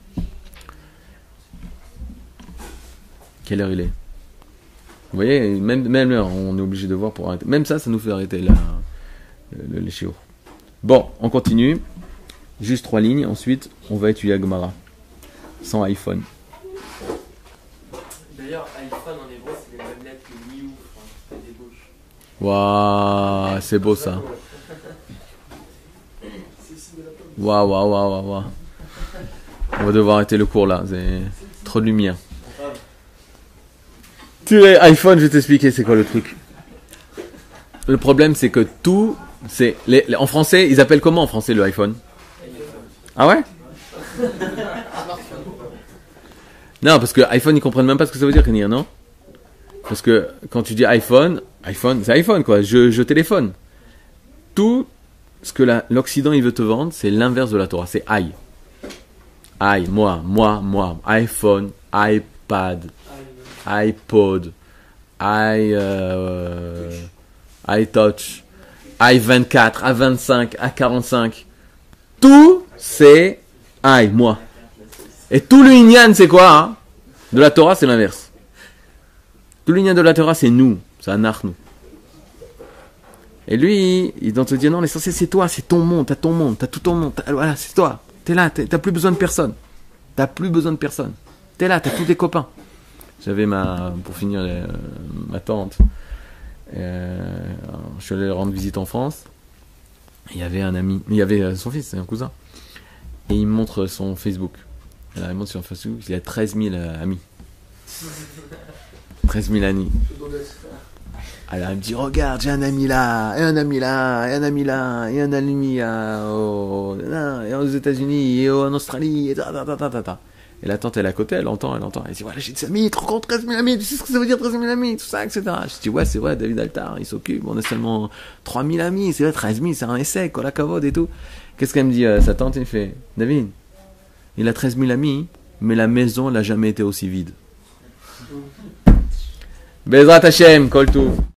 Quelle heure il est? Vous voyez, même, même l'heure, on est obligé de voir pour arrêter. Même ça, ça nous fait arrêter la, le, les chiots. Bon, on continue. Juste trois lignes. Ensuite, on va étudier la Gemara. Sans iPhone. D'ailleurs, iPhone en hébreu, c'est les mêmes lettres que Miou. Enfin, c'est des gauches. Waouh, c'est beau ça. Waouh, waouh, waouh, waouh, waouh. On va devoir arrêter le cours là. C'est trop de lumière. Tu es iPhone, je vais t'expliquer c'est quoi le truc. Le problème, c'est que tout. C'est les, les, en français, ils appellent comment en français le iPhone? Ah ouais? Non, parce que iPhone, ils comprennent même pas ce que ça veut dire, Kenir, non? Parce que quand tu dis iPhone, iPhone, c'est iPhone quoi, je, je téléphone. Tout ce que la, l'Occident il veut te vendre, c'est l'inverse de la Torah, c'est I. I, moi, moi, moi, iPhone, iPad, iPod, i, euh, iTouch. I vingt-quatre, A vingt-cinq, A quarante-cinq. Tout, c'est I, moi. Et tout le Inyan, c'est quoi hein? De la Torah, c'est l'inverse. Tout le Inyan de la Torah, c'est nous. C'est un nous. Et lui, il doit te dire, non, l'essentiel, c'est toi, c'est ton monde, t'as ton monde, t'as tout ton monde. Voilà, c'est toi. T'es là, t'es, t'as plus besoin de personne. T'as plus besoin de personne. T'es là, t'as tous tes copains. J'avais ma, pour finir, euh, ma tante. Euh, je suis allé rendre visite en France. Il y avait un ami, il y avait son fils, c'est un cousin, et il me montre son Facebook. Alors, il montre sur Facebook, il a treize mille euh, amis. treize mille amis. Alors il me dit regarde, j'ai un ami là, et un ami là, et un ami là, et un ami là, oh, là, et aux États-Unis, et en Australie, et ta ta ta ta ta ta. Et la tante, elle est à côté, elle entend, elle entend. Elle dit, voilà, j'ai des amis, tu rencontres treize mille amis, tu sais ce que ça veut dire treize mille amis, tout ça, et cetera. Je dis, ouais, c'est vrai, David Altar, il s'occupe, on a seulement trois mille amis, c'est vrai, treize mille, c'est un essai, quoi, la cavode et tout. Qu'est-ce qu'elle me dit, euh, sa tante, il fait, David, il a treize mille amis, mais la maison n'a jamais été aussi vide. Bezrat Hashem, kol tout.